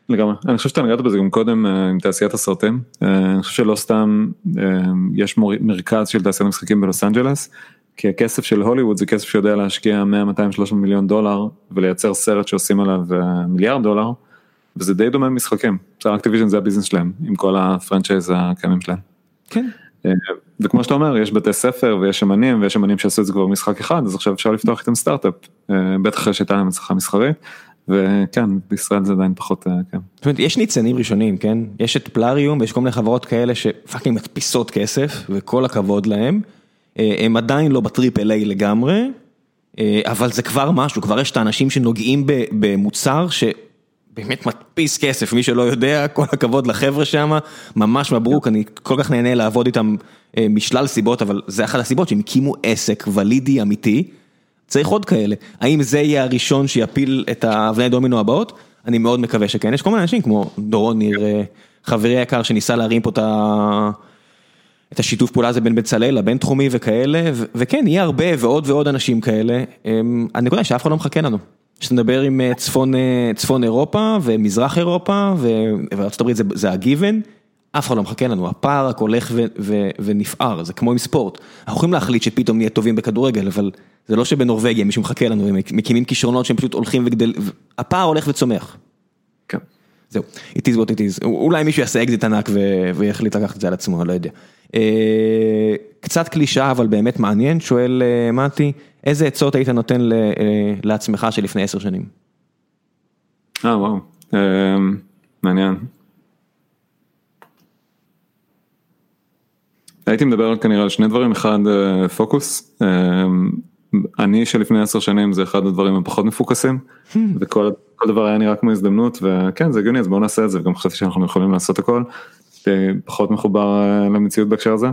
Speaker 2: לגמרי, אני חושב שאתה נגעת בזה גם קודם עם תעשיית הסרטים, אני חושב שלא סתם יש מרכז של תעשיית המשחקים בלוס אנג'לס, כי הכסף של הוליווד זה כסף שיודע להשקיע מאה מאתיים שלוש מאות מיליון דולר, ולייצר סרט שעושים עליו מיליארד דולר, וזה די דומה במשחקים, אקטיביז'ן זה הביזנס שלהם, עם כל הפרנצ'ייז הקיימים שלהם.
Speaker 3: כן.
Speaker 2: וכמו שאתה אומר, יש בתי ספר ויש אמנים, ויש אמנים שעשו את זה כבר במשחק אחד, אז עכשיו אפשר לפתוח איתם סטארט-אפ, בטח אחרי שהייתה להם הצלחה מסחרית, וכן, בישראל זה עדיין פחות, כן.
Speaker 3: זאת אומרת, יש ניצנים ראשונים, כן? יש את פלאריום, ויש כל מיני חברות כאלה שפאקינג מדפיסות כסף, וכל הכבוד להם, הם עדיין לא בטריפל איי לגמרי, אבל זה כבר משהו, כבר יש את האנשים שנוגעים במוצר שבאמת מדפיס כסף, מי שלא יודע, כל הכבוד לחבר'ה שם, ממש מברוק, אני כל כך נהנה לעבוד איתם משלל סיבות, אבל זה אחת הסיבות שהם הקימו עסק ולידי אמיתי, צריך עוד כאלה. האם זה יהיה הראשון שיפיל את האבני דומינו הבאות? אני מאוד מקווה שכן. יש כל מיני אנשים כמו דורון ניר, חברי היקר שניסה להרים פה את השיתוף פעולה הזה בין בצלאל, הבין תחומי וכאלה, וכן, יהיה הרבה ועוד ועוד אנשים כאלה. הנקודה שאף אחד לא מחכה לנו. כשנדבר עם צפון, צפון אירופה ומזרח אירופה, וארצות הברית זה, זה הגיוון, אף אחד לא מחכה לנו. הפער רק הולך ו, ו, ונפער. זה כמו עם ספורט. אנחנו יכולים להחליט שפתאום נהיה טובים בכדורגל, אבל זה לא שבנורווגיה מישהו מחכה לנו, הם מקימים כישרונות שהם פשוט הולכים וגדל, הפער הולך וצומח.
Speaker 2: כן.
Speaker 3: זהו, it is what it is. אולי מישהו יעשה אקזיט ענק ויחליט לקחת את זה על עצמו, אני לא יודע. קצת קלישה, אבל באמת מעניין, שואל מתי, איזה עצות היית נותן לעצמך שלפני עשר שנים?
Speaker 2: אה, וואו, מעניין. הייתי מדבר כנראה על שני דברים, אחד פוקוס, אני שלפני עשר שנים זה אחד הדברים הפחות מפוקסים, וכל דבר היה נראה כמו הזדמנות, וכן זה הגיוני, אז בואו נעשה את זה, וגם חשבתי שאנחנו יכולים לעשות הכל, פחות מחובר למציאות בהקשר הזה.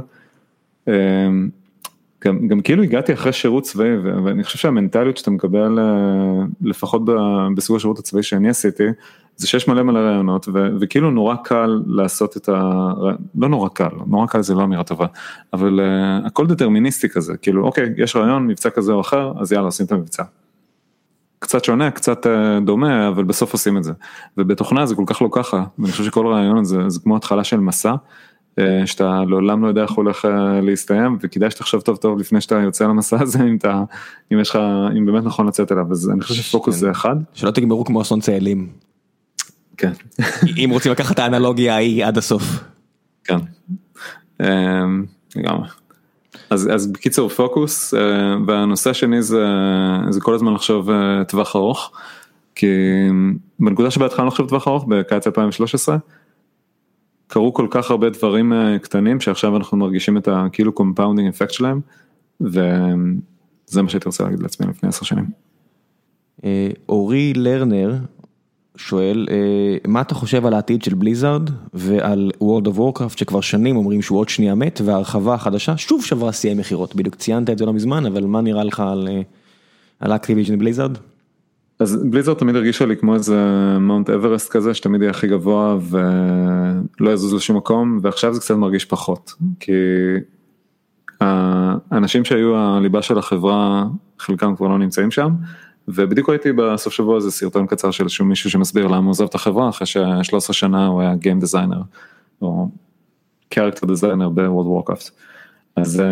Speaker 2: גם, גם כאילו הגעתי אחרי שירות צבאי, ואני חושב שהמנטליות שאתה מקבל, לפחות בסוג השירות הצבאי שאני עשיתי, זה שיש מלא מלא רעיונות, ו- וכאילו נורא קל לעשות את ה... לא נורא קל, נורא קל זה לא אמירה טובה, אבל uh, הכל דטרמיניסטי כזה, כאילו אוקיי, יש רעיון, מבצע כזה או אחר, אז יאללה, עושים את המבצע. קצת שונה, קצת uh, דומה, אבל בסוף עושים את זה. ובתוכנה זה כל כך לא ככה, ואני חושב שכל רעיון זה, זה כמו התחלה של מסע, uh, שאתה לעולם לא יודע איך הולך uh, להסתיים, וכדאי שתחשוב טוב טוב לפני שאתה יוצא למסע הזה, אם, אתה, אם יש לך, אם באמת נכון לצאת אליו, אז אני חושב שפוקוס זה אחד.
Speaker 3: שלא תגמרו כמו אסון צאלים.
Speaker 2: כן.
Speaker 3: אם רוצים לקחת את האנלוגיה ההיא עד הסוף.
Speaker 2: כן. לגמרי. אז, אז בקיצור פוקוס, והנושא השני זה, זה כל הזמן לחשוב טווח ארוך, כי בנקודה שבה התחלנו לחשוב טווח ארוך, בקיץ אלפיים ושלוש עשרה, קרו כל כך הרבה דברים קטנים, שעכשיו אנחנו מרגישים את הכאילו קומפאונדינג אפקט שלהם, וזה מה שהייתי רוצה להגיד לעצמי לפני עשר שנים.
Speaker 3: אורי לרנר, שואל, מה אתה חושב על העתיד של בליזארד ועל World of Warcraft שכבר שנים אומרים שהוא עוד שנייה מת וההרחבה החדשה שוב שברה שיאי מחירות, בדיוק ציינת את זה לא מזמן, אבל מה נראה לך על, על Activision בליזארד?
Speaker 2: אז בליזארד תמיד הרגישה לי כמו איזה מאונט אברסט כזה שתמיד יהיה הכי גבוה ולא יזוז לשום מקום, ועכשיו זה קצת מרגיש פחות, כי האנשים שהיו הליבה של החברה חלקם כבר לא נמצאים שם, ובדיוק הייתי בסוף שבוע הזה סרטון קצר של איזשהו מישהו שמסביר למה הוא עוזב את החברה, אחרי ש-שלוש עשרה שנה הוא היה גיים דיזיינר, או קרקטר דיזיינר ב-World of Warcraft. אז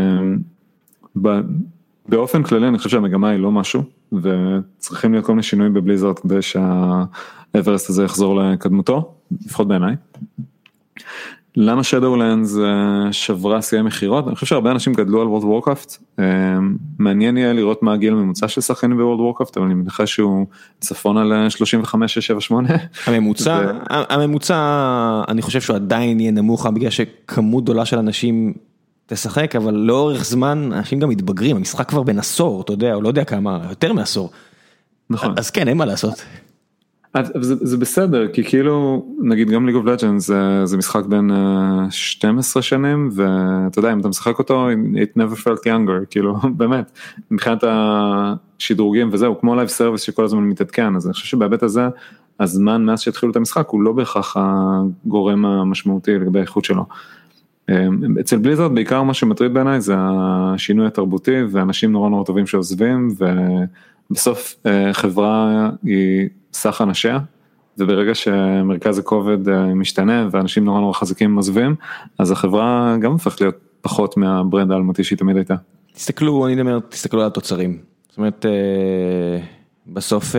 Speaker 2: באופן כללי אני חושב שהמגמה היא לא משהו, וצריכים להיות כל מיני שינויים בבליזארד, כדי שהאברסט הזה יחזור לקדמותו, לפחות בעיניי. למה Shadowlands שברה שיאי מחירות? אני חושב שהרבה אנשים גדלו על World of Warcraft, מעניין יהיה לראות מה הגיל הממוצע של שחקנים ב-World of Warcraft, אבל אני מניחה שהוא צפון על שלושים וחמש שש שבע שמונה.
Speaker 3: הממוצע, הממוצע, אני חושב שהוא עדיין יהיה נמוך, בגלל שכמות גדולה של אנשים תשחק, אבל לאורך זמן אנשים גם מתבגרים, המשחק כבר בין עשור, אתה יודע, או לא יודע כמה, יותר מעשור.
Speaker 2: נכון.
Speaker 3: אז כן, אין מה לעשות.
Speaker 2: זה, זה בסדר, כי כאילו, נגיד גם League of Legends זה, זה משחק בין שתים עשרה שנים, ואתה יודע, אם אתה משחק אותו, it never felt younger, כאילו, באמת, מבחינת השדרוגים וזהו, כמו לייב סרוויס שכל הזמן מתעדכן, אז אני חושב שבהיבט הזה, הזמן מאז שהתחילו את המשחק, הוא לא בהכרח הגורם המשמעותי לגבי האיכות שלו. אצל בליזארד, בעיקר מה שמטריד בעיניי, זה השינוי התרבותי, ואנשים נורא נורא טובים שעוזבים, ובסוף חברה היא סך אנשיה, וברגע שמרכז הכובד משתנה, ואנשים נורא נורא חזקים עוזבים, אז החברה גם הופכת להיות פחות מהברנד האלמותי שהיא תמיד הייתה.
Speaker 3: תסתכלו, אני אומר, תסתכלו על התוצרים. זאת אומרת, בסוף,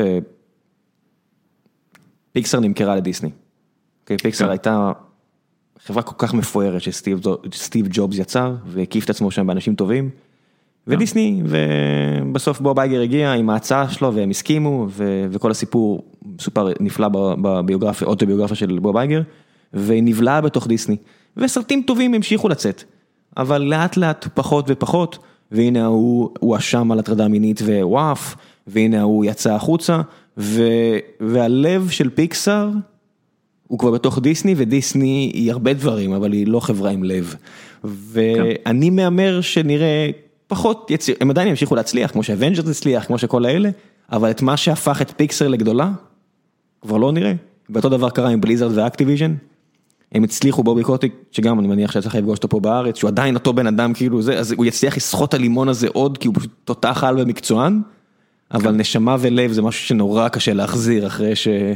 Speaker 3: פיקסר נמכרה לדיסני. פיקסר הייתה חברה כל כך מפוארת שסטיב ג'ובס יצר, והקיף את עצמו שם באנשים טובים, ודיסני, ובסוף בוב אייגר הגיע עם ההצעה שלו, והם הסכימו, וכל הסיפור סופר נפלא בביוגרפיה, אוטוביוגרפיה של בוב אייגר, ונבלעה בתוך דיסני, וסרטים טובים המשיכו לצאת, אבל לאט לאט פחות ופחות, והנה הוא, הוא אשם על הטרדה מינית ווואף, והנה הוא יצא החוצה, ו, והלב של פיקסר, הוא כבר בתוך דיסני, ודיסני היא הרבה דברים, אבל היא לא חברה עם לב. ואני מאמר שנראה פחות יציר, הם עדיין ימשיכו להצליח, כמו שאבנג'רס הצליח, כמו שכל האלה, אבל את מה שהפך את פיקסר לגדולה, כבר לא נראה. ואותו דבר קרה עם בליזרד ואקטיביז'ן, הם הצליחו בובי קוטיק, שגם אני מניח שצריך לפגוש אותו פה בארץ, שהוא עדיין אותו בן אדם כאילו זה, אז הוא יצליח לסחוט הלימון הזה עוד, כי הוא פשוט תותח על ומקצוען, אבל נשמה ולב זה משהו שנורא קשה להחזיר, אחרי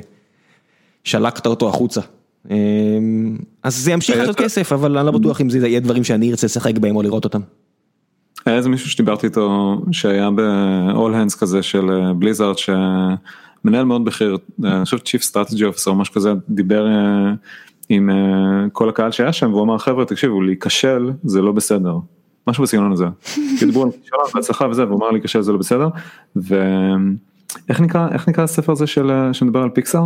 Speaker 3: ששלקת אותו החוצה. אז זה ימשיך לעשות כסף, אבל אני לא בטוח אם זה יהיה דברים שאני ארצה לשחק בהם או לראות אותם.
Speaker 2: היה איזה מישהו שדיברתי איתו, שהיה ב-all hands כזה של בליזארד, שמנהל מאוד בכיר, אני חושב Chief Strategy Officer או משהו כזה, דיבר עם כל הקהל שהיה שם, והוא אמר, חבר'ה, תקשיבו, להיכשל זה לא בסדר. משהו בסגנון הזה. כדברו על כישלון והצלחה וזה, והוא אמר להיכשל זה לא בסדר. ואיך נקרא, איך נקרא הספר הזה שמדבר על פיקסאר?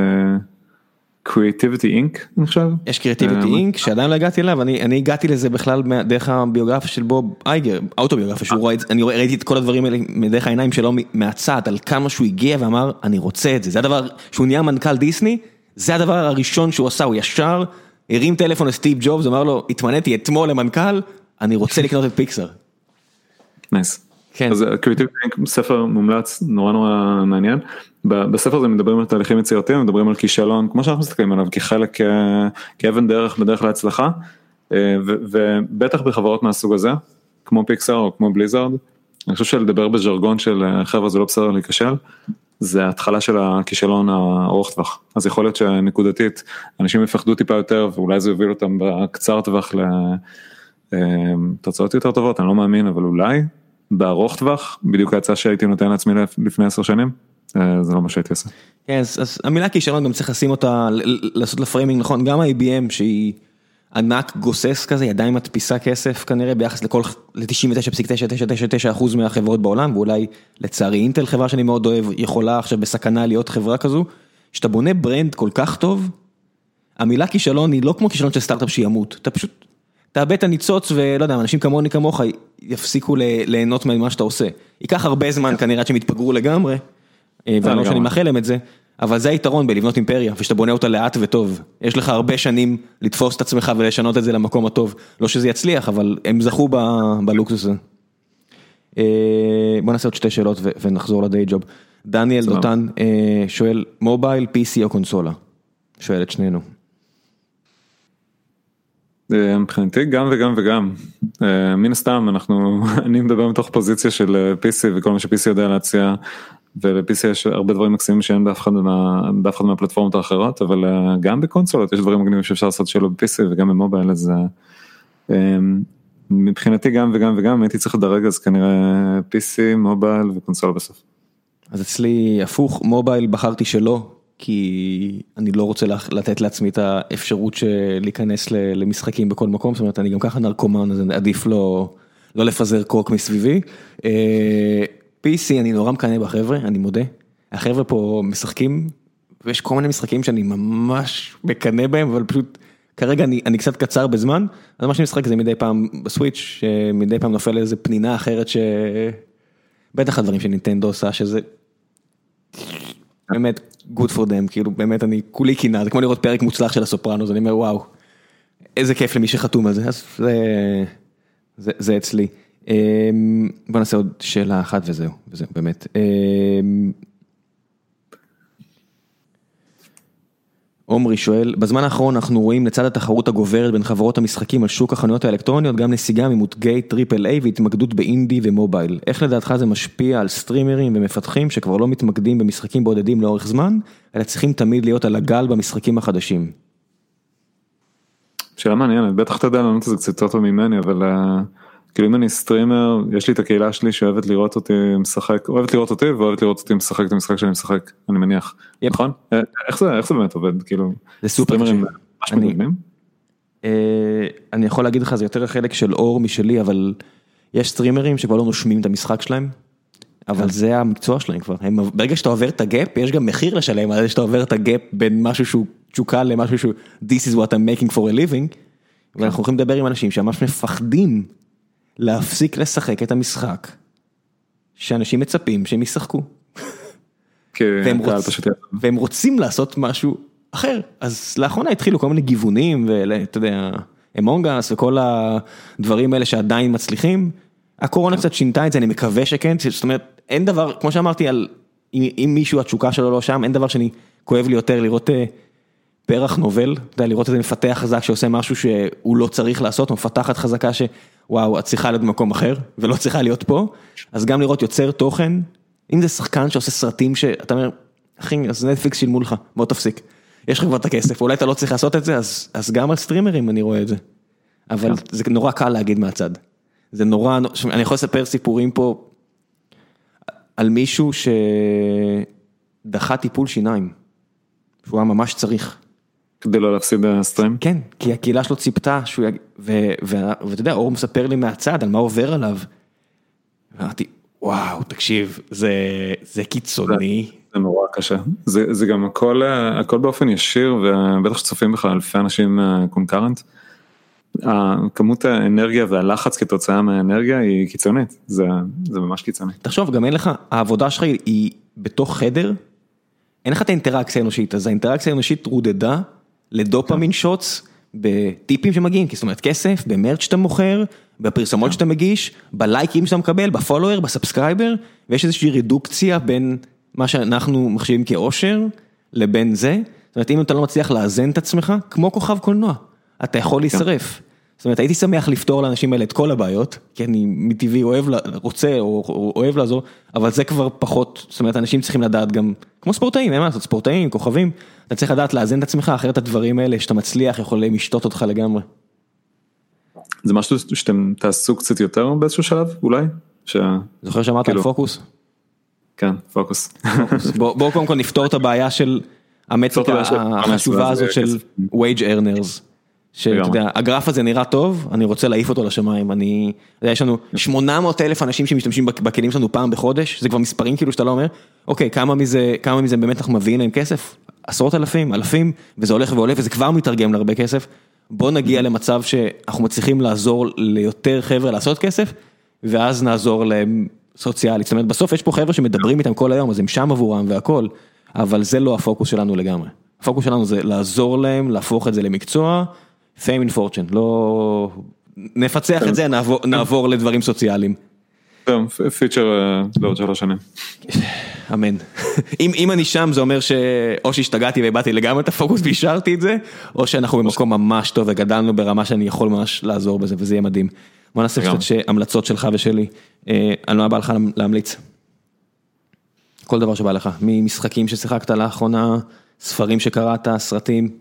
Speaker 2: Creativity אינק, אני חושב. יש
Speaker 3: Creativity אינק, שעדיין לא הגעתי אליו, אני, אני הגעתי לזה בכלל דרך הביוגרפיה של בוב אייגר, האוטוביוגרפיה, שהוא רואה, אני ראיתי את כל הדברים האלה מדרך העיניים שלו מהצד, על כמה שהוא הגיע ואמר, אני רוצה את זה, זה הדבר, שהוא נהיה מנכ"ל דיסני, זה הדבר הראשון שהוא עשה, הוא ישר, הרים טלפון לסטיב ג'ובס, אמר לו, התמניתי אתמול למנכ"ל, אני רוצה לקנות את פיקסר.
Speaker 2: נייס. כן. אז Creativity, ספר מומלץ, נורא נורא מעניין. בספר הזה מדברים על תהליכים יצירתיים, מדברים על כישלון, כמו שאנחנו מסתכלים עליו, כחלק, כאבן דרך בדרך להצלחה, ובטח בחברות מהסוג הזה, כמו פיקסר או כמו בליזארד, אני חושב שלדבר בז'רגון של חבר'ה זה לא בסדר להיכשל, זה ההתחלה של הכישלון הארוך טווח. אז יכול להיות שנקודתית, אנשים יפחדו טיפה יותר, ואולי זה יוביל אותם בקצר טווח לתוצאות יותר טובות, אני לא מאמין, אבל אולי, בארוך טווח, בדיוק ההצעה שהייתי נותן לעצמי לפני עשר שנים, זה לא מה שהייתי עושה.
Speaker 3: כן, אז המילה כישלון גם צריך לשים אותה, לעשות לפריימינג נכון, גם ה-איי בי אם שהיא ענק גוסס כזה, היא עדיין מדפיסה כסף כנראה ביחס לכל, ל-תשעים ותשע נקודה תשע תשע תשע תשע אחוז מהחברות בעולם, ואולי לצערי אינטל חברה שאני מאוד אוהב, יכולה עכשיו בסכנה להיות חברה כזו, שאתה בונה ברנד כל כך טוב, המילה כישלון היא לא כמו כישלון של סטארט-אפ שימות, אתה פשוט, תאבד את הניצוץ ולא יודע, אנשים כמוני כמוך יפסיקו ליהנות ממה שאתה עושה. ייקח הרבה זמן כנראה שהם יתפגרו לגמרי, ואני לא שאני מאחל להם את זה, אבל זה היתרון בלבנות אימפריה, ושאתה בונה אותה לאט וטוב. יש לך הרבה שנים לתפוס את עצמך ולשנות את זה למקום הטוב. לא שזה יצליח, אבל הם זכו בלוקסוס הזה. בוא נעשה עוד שתי שאלות ונחזור לדיי ג'וב. דניאל דותן שואל, מובייל, פי סי או קונסולה? שואל את שנינו.
Speaker 2: מבחינתי גם וגם וגם. מן הסתם, אנחנו, אני מדבר מתוך פוזיציה של פי סי, וכל מה ש-פי סי יודע להציע, ול-פי סי יש הרבה דברים מקסימים שאין באף אחד, מה, באף אחד מהפלטפורמות האחרות, אבל גם בקונסולות יש דברים מגניבים שאפשר לעשות שלא ב-פי סי וגם במובייל, אז מבחינתי גם וגם וגם, הייתי צריך לדרג אז כנראה פי סי, מובייל וקונסולה בסוף.
Speaker 3: אז אצלי הפוך, מובייל בחרתי שלא, כי אני לא רוצה לתת לעצמי את האפשרות של להיכנס למשחקים בכל מקום, זאת אומרת אני גם ככה נרקומן, אז עדיף לא, לא לפזר קוק מסביבי. פי סי אני נורא מקנה בחבר'ה, אני מודה. החבר'ה פה משחקים, ויש כל מיני משחקים שאני ממש מקנה בהם, אבל פשוט כרגע אני, אני קצת קצר בזמן, אז מה שאני משחק זה מדי פעם בסוויץ', מדי פעם נופל איזה פנינה אחרת ש... בטח הדברים שנינטנדו עושה, שזה באמת good for them, כאילו באמת אני כולי קינה, זה כמו לראות פרק מוצלח של הסופרנוס, אני אומר וואו, איזה כיף למי שחתום על זה, אז זה, זה, זה אצלי. בוא נעשה עוד שאלה אחת וזהו, וזהו באמת. עומרי שואל, בזמן האחרון אנחנו רואים לצד התחרות הגוברת בין חברות המשחקים על שוק החנויות האלקטרוניות, גם נסיגה ממותגי טריפל איי והתמקדות באינדי ומובייל. איך לדעתך זה משפיע על סטרימרים ומפתחים שכבר לא מתמקדים במשחקים בודדים לאורך זמן, אלא צריכים תמיד להיות על הגל במשחקים החדשים?
Speaker 2: שאלה מעניינת, בטח אתה יודע לענות את זה קצת יותר טוב ממני, אבל כאילו אם אני סטרימר, יש לי את הקהילה שלי שאוהבת לראות אותי משחק, אוהבת לראות אותי ואוהבת לראות אותי משחק את המשחק שאני משחק, אני מניח, נכון? איך זה, איך זה באמת עובד? כאילו,
Speaker 3: זה סופר
Speaker 2: סטרימרים ממש מגניבים?
Speaker 3: אני יכול להגיד לך, זה יותר החלק של אור משלי, אבל יש סטרימרים שכבר לא נושמים את המשחק שלהם, אבל זה המקצוע שלהם כבר. ברגע שאתה עובר את הגאפ, יש גם מחיר לשלם, על זה שאתה עובר את הגאפ בין משהו שהוא תשוקה למשהו שהוא This is what I'm making for a living, ואנחנו הולכים לדבר עם אנשים שממש מפחדים להפסיק לשחק את המשחק, שאנשים מצפים שהם ישחקו. והם, רוצ... והם רוצים לעשות משהו אחר. אז לאחרונה התחילו כל מיני גיוונים, ואתה יודע, אמונגס וכל הדברים האלה שעדיין מצליחים. הקורונה קצת שינתה את זה, אני מקווה שכן. זאת אומרת, אין דבר, כמו שאמרתי, על, אם, אם מישהו התשוקה שלו לא שם, אין דבר שאני כואב לי יותר לראות פרח נובל, אתה יודע, לראות איזה מפתח חזק שעושה משהו שהוא לא צריך לעשות, מפתחת חזקה שוואו, את צריכה להיות במקום אחר, ולא צריכה להיות פה. אז גם לראות יוצר תוכן, אם זה שחקן שעושה סרטים שאתה אומר, אחי, אז נטפליקס שילמו לך, בוא תפסיק. יש לך כבר את הכסף, אולי אתה לא צריך לעשות את זה, אז, אז גם על סטרימרים אני רואה את זה. אבל זה נורא קל להגיד מהצד. זה נורא, אני יכול לספר סיפורים פה, על מישהו שדחה טיפול שיניים, שהוא היה ממש צריך.
Speaker 2: כדי לא להפסיד סטרים?
Speaker 3: כן, כי הקהילה שלו ציפתה, שהוא, ו, ו, ואתה יודע, אור מספר לי מהצד, על מה עובר עליו. ואמרתי, וואו, תקשיב, זה, זה קיצוני.
Speaker 2: זה, זה נורא קשה. זה, זה גם הכל, הכל באופן ישיר, ובטח שצופים בך אלפי אנשים קונקרנט. כמות האנרגיה והלחץ כתוצאה מהאנרגיה היא קיצונית. זה, זה ממש קיצוני.
Speaker 3: תחשוב, גם אין לך, העבודה שלך היא בתוך חדר, אין לך את האינטראקציה האנושית, אז האינטראקציה האנושית רודדה לדופמין שוטס, בטיפים שמגיעים, זאת אומרת כסף, במרץ' שאתה מוכר, בפרסומות שאתה מגיש, בלייקים שאתה מקבל, בפולוור, בסאבסקרייבר, ויש איזושהי רדוקציה בין מה שאנחנו מחשיבים כאושר, לבין זה. זאת אומרת, אם אתה לא מצליח לאזן את עצמך, כמו כוכב קולנוע, אתה יכול להישרף. זאת אומרת, הייתי שמח לפתור לאנשים האלה את כל הבעיות, כי אני מטבעי אוהב, רוצה או אוהב לעזור, אבל זה כבר פחות, זאת אומרת, אנשים צריכים לדעת גם, כמו ספורטאים, אין מה לעשות, ספורטאים, כוכבים, אתה צריך לדעת לאזן את עצמך, אחרת הדברים האלה שאתה מצליח, יכולים לשתות אותך לגמרי.
Speaker 2: זה משהו שאתם תעשו קצת יותר באיזשהו שלב, אולי?
Speaker 3: זוכר שאמרת על פוקוס?
Speaker 2: כן, פוקוס.
Speaker 3: בואו קודם כל נפתור את הבעיה של המטריקה החשובה הזאת של wage earners. שאתה יודע, הגרף הזה נראה טוב, אני רוצה להעיף אותו לשמיים, אני, יש לנו שמונה מאות אלף אנשים שמשתמשים בכלים שלנו פעם בחודש, זה כבר מספרים כאילו שאתה לא אומר, אוקיי, כמה מזה, כמה מזה באמת אנחנו מביאים להם כסף? עשרות אלפים, אלפים, וזה הולך ועולה, וזה כבר מתרגם להרבה כסף, בוא נגיע למצב שאנחנו מצליחים לעזור ליותר חבר'ה לעשות כסף, ואז נעזור להם סוציאלית, זאת אומרת, בסוף יש פה חבר'ה שמדברים איתם כל היום, אז הם שם עבורם והכל, אבל זה לא הפוקוס שלנו לגמרי. הפוקוס שלנו זה לעזור להם, להפוך את זה למקצוע, fame and fortune, לא, נפצח את זה, נעבור, נעבור לדברים סוציאליים.
Speaker 2: טוב, פיצ'ר לעוד שלוש שנים.
Speaker 3: אמן. אם, אם אני שם, זה אומר שאו שהשתגעתי ובאתי לגמרי את הפוקוס והשארתי את זה, או שאנחנו במקום ממש טוב וגדלנו ברמה שאני יכול ממש לעזור בזה, וזה יהיה מדהים. בוא נעשה קצת שהמלצות שלך ושלי, על מה בא לך להמליץ? כל דבר שבא לך, ממשחקים ששיחקת לאחרונה, ספרים שקראת, סרטים.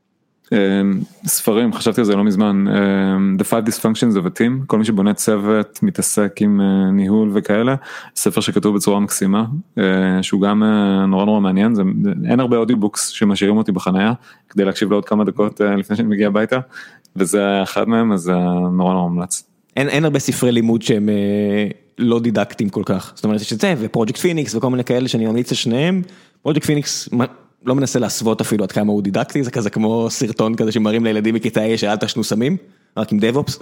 Speaker 2: ספרים, חשבתי על זה לא מזמן, The Five Dysfunctions of a Team, כל מי שבונה צוות, מתעסק עם ניהול וכאלה, ספר שכתוב בצורה מקסימה, שהוא גם נורא נורא מעניין, זה, אין הרבה אודיובוקס שמשאירים אותי בחנייה, כדי להקשיב לעוד כמה דקות לפני שאני מגיע הביתה, וזה אחד מהם, אז נורא נורא ממלץ.
Speaker 3: אין, אין הרבה ספרי לימוד שהם לא דידקטיים כל כך, זאת אומרת, יש את זה, ופרויקט פיניקס וכל מיני כאלה שאני ממליץ לשניהם, פרויקט פיניקס לא מנסה להסוות אפילו עד כמה הוא דידקטי, זה כזה כמו סרטון כזה שמראים לילדים בכיתה A שאל תשנו סמים, רק עם דב-אופס.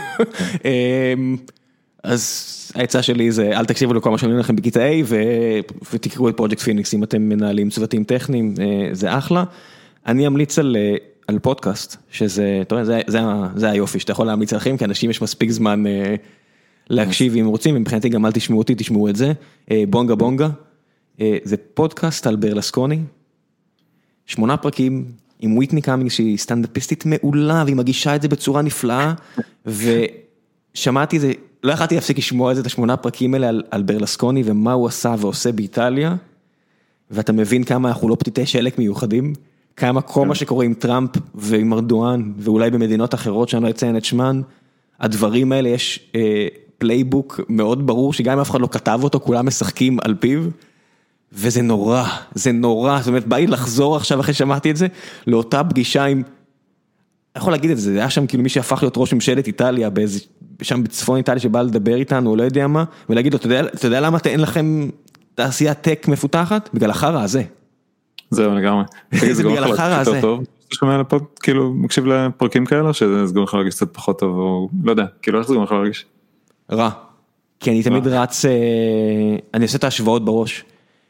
Speaker 3: אז ההצעה שלי זה, אל תקשיבו לכל מה שאומרים לכם בכיתה A, ותקראו את פרויקט פיניקס אם אתם מנהלים צוותים טכניים, זה אחלה. אני אמליץ על, על פודקאסט, שזה, אתה יודע, זה, זה, זה היופי, שאתה יכול להמליץ עליכם, כי אנשים יש מספיק זמן להקשיב אם רוצים, מבחינתי גם אל תשמעו אותי, תשמעו את זה. בונגה בונגה, זה פודקאסט על ברלסקוני, שמונה פרקים עם וויטני קאמינגס שהיא סטנדאפיסטית מעולה, והיא מגישה את זה בצורה נפלאה, ושמעתי את זה, לא יכולתי להפסיק לשמוע את זה, את השמונה פרקים האלה על, על ברלסקוני, ומה הוא עשה ועושה באיטליה, ואתה מבין כמה אנחנו לא פתיתי שלק מיוחדים, כמה כל מה שקורה עם טראמפ ועם ארדואן, ואולי במדינות אחרות שאני לא אציין את שמן, הדברים האלה יש אה, פלייבוק מאוד ברור, שגם אם אף אחד לא כתב אותו, כולם משחקים על פיו, וזה נורא, זה נורא, זאת אומרת, בא לי לחזור עכשיו אחרי שמעתי את זה, לאותה פגישה עם, אני יכול להגיד את זה, זה היה שם כאילו מי שהפך להיות ראש ממשלת איטליה, באיזה, שם בצפון איטליה שבא לדבר איתנו, או לא יודע מה, ולהגיד לו, אתה יודע, אתה יודע למה אין לכם תעשיית טק מפותחת? בגלל החרא הזה.
Speaker 2: זהו לגמרי.
Speaker 3: זה בגלל החרא הזה.
Speaker 2: אתה שומע לפוד, כאילו, מקשיב לפרקים כאלה, שזה גורם לך להרגיש קצת פחות טוב, או לא יודע, כאילו איך זה גורם לך להרגיש?
Speaker 3: רע. כי אני תמיד רץ, אני עושה את ההשוואות בראש.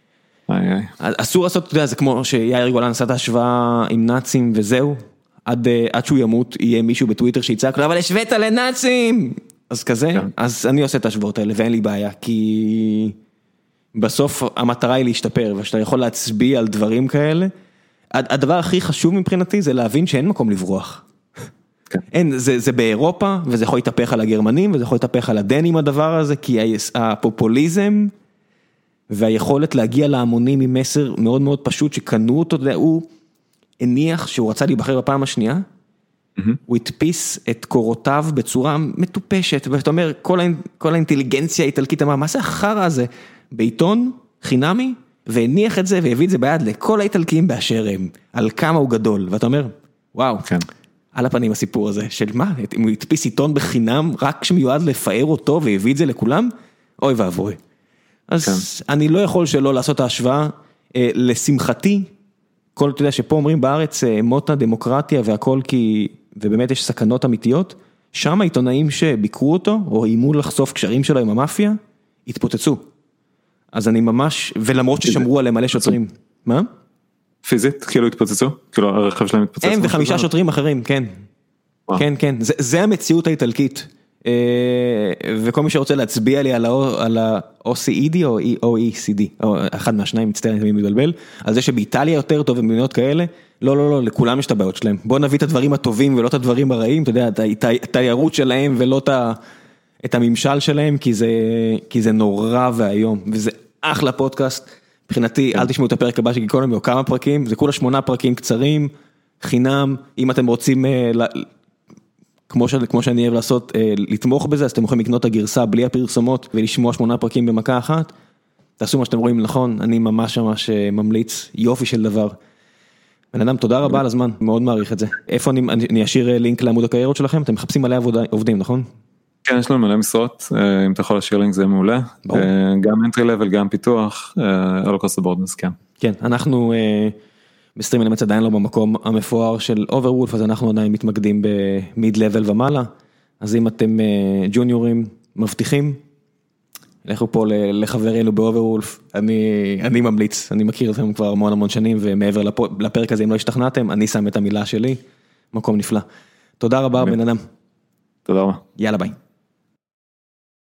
Speaker 3: אסור לעשות, אתה יודע, זה כמו שיאיר גולן עשה את ההשוואה עם נאצים וזהו, עד, עד שהוא ימות יהיה מישהו בטוויטר שיצעק לו, אבל השווית לנאצים! אז כזה, אז אני עושה את ההשוואות האלה ואין לי בעיה, כי בסוף המטרה היא להשתפר, ושאתה יכול להצביע על דברים כאלה, הדבר הכי חשוב מבחינתי זה להבין שאין מקום לברוח. אין, זה, זה באירופה, וזה יכול להתהפך על הגרמנים, וזה יכול להתהפך על הדנים הדבר הזה, כי הפופוליזם והיכולת להגיע להמונים עם מסר מאוד מאוד פשוט, שקנו אותו, הוא הניח שהוא רצה להיבחר בפעם השנייה, mm-hmm. הוא הדפיס את קורותיו בצורה מטופשת, ואתה אומר, כל, האינ, כל האינטליגנציה האיטלקית אמרה, מה זה החרא הזה? בעיתון חינמי, והניח את זה, והביא את זה ביד לכל האיטלקים באשר הם, על כמה הוא גדול, ואתה אומר, וואו, כן. על הפנים הסיפור הזה, של מה? אם הוא הדפיס עיתון בחינם, רק שמיועד לפאר אותו, והביא את זה לכולם, אוי ואבוי. אז כן. אני לא יכול שלא לעשות ההשוואה, אה, לשמחתי, כל, אתה יודע, שפה אומרים בארץ, אה, מוטה דמוקרטיה והכל, כי, ובאמת יש סכנות אמיתיות, שם העיתונאים שביקרו אותו, או אימו לחשוף קשרים שלו עם המאפיה, התפוצצו. אז אני ממש, ולמרות ששמרו עליהם מלא שוטרים. מה?
Speaker 2: פיזית? כאילו התפוצצו? כאילו הרכב שלהם התפוצץ?
Speaker 3: הם וחמישה שוטרים אחרים, כן. כן, כן. זה, זה המציאות האיטלקית. וכל מי שרוצה להצביע לי על ה-או סי אי די או או אי סי די, או אחד מהשניים מצטער, אני תמיד מתבלבל, על זה שבאיטליה יותר טוב במדינות כאלה, לא, לא, לא, לכולם יש את הבעיות שלהם. בוא נביא את הדברים הטובים ולא את הדברים הרעים, אתה יודע, את התיירות שלהם ולא את הממשל שלהם, כי זה, כי זה נורא והיום, וזה אחלה פודקאסט. מבחינתי, אל תשמעו את הפרק הבא של גיקונומי, או כמה פרקים, זה כולה שמונה פרקים קצרים, חינם, אם אתם רוצים, כמו ש, כמו שאני אוהב לעשות, לתמוך בזה, אז אתם יכולים לקנות את הגרסה בלי הפרסומות, ולשמוע שמונה פרקים במכה אחת, תעשו מה שאתם רואים נכון, אני ממש ממש ממליץ, יופי של דבר. בן אדם, תודה רבה על הזמן, מאוד מעריך את זה. איפה אני, אני אשאיר לינק לעמוד הקריירות שלכם? אתם מחפשים מלא עובדים, נכון?
Speaker 2: כן, יש לנו מלא משרות, אם אתה יכול להשאיר לינק זה מעולה, גם entry level, גם פיתוח, all across the board, אז כן.
Speaker 3: כן, אנחנו בסטרים אלמנטס עדיין לא במקום המפואר של Overwolf, אז אנחנו עדיין מתמקדים במיד level ומעלה, אז אם אתם ג'וניורים מבטיחים, לכו פה לחברינו ב-Overwolf, אני, אני ממליץ, אני מכיר אתכם כבר המון המון שנים, ומעבר לפרק הזה, אם לא השתכנעתם, אני שם את המילה שלי, מקום נפלא. תודה רבה, בן אדם.
Speaker 2: תודה רבה.
Speaker 3: יאללה ביי.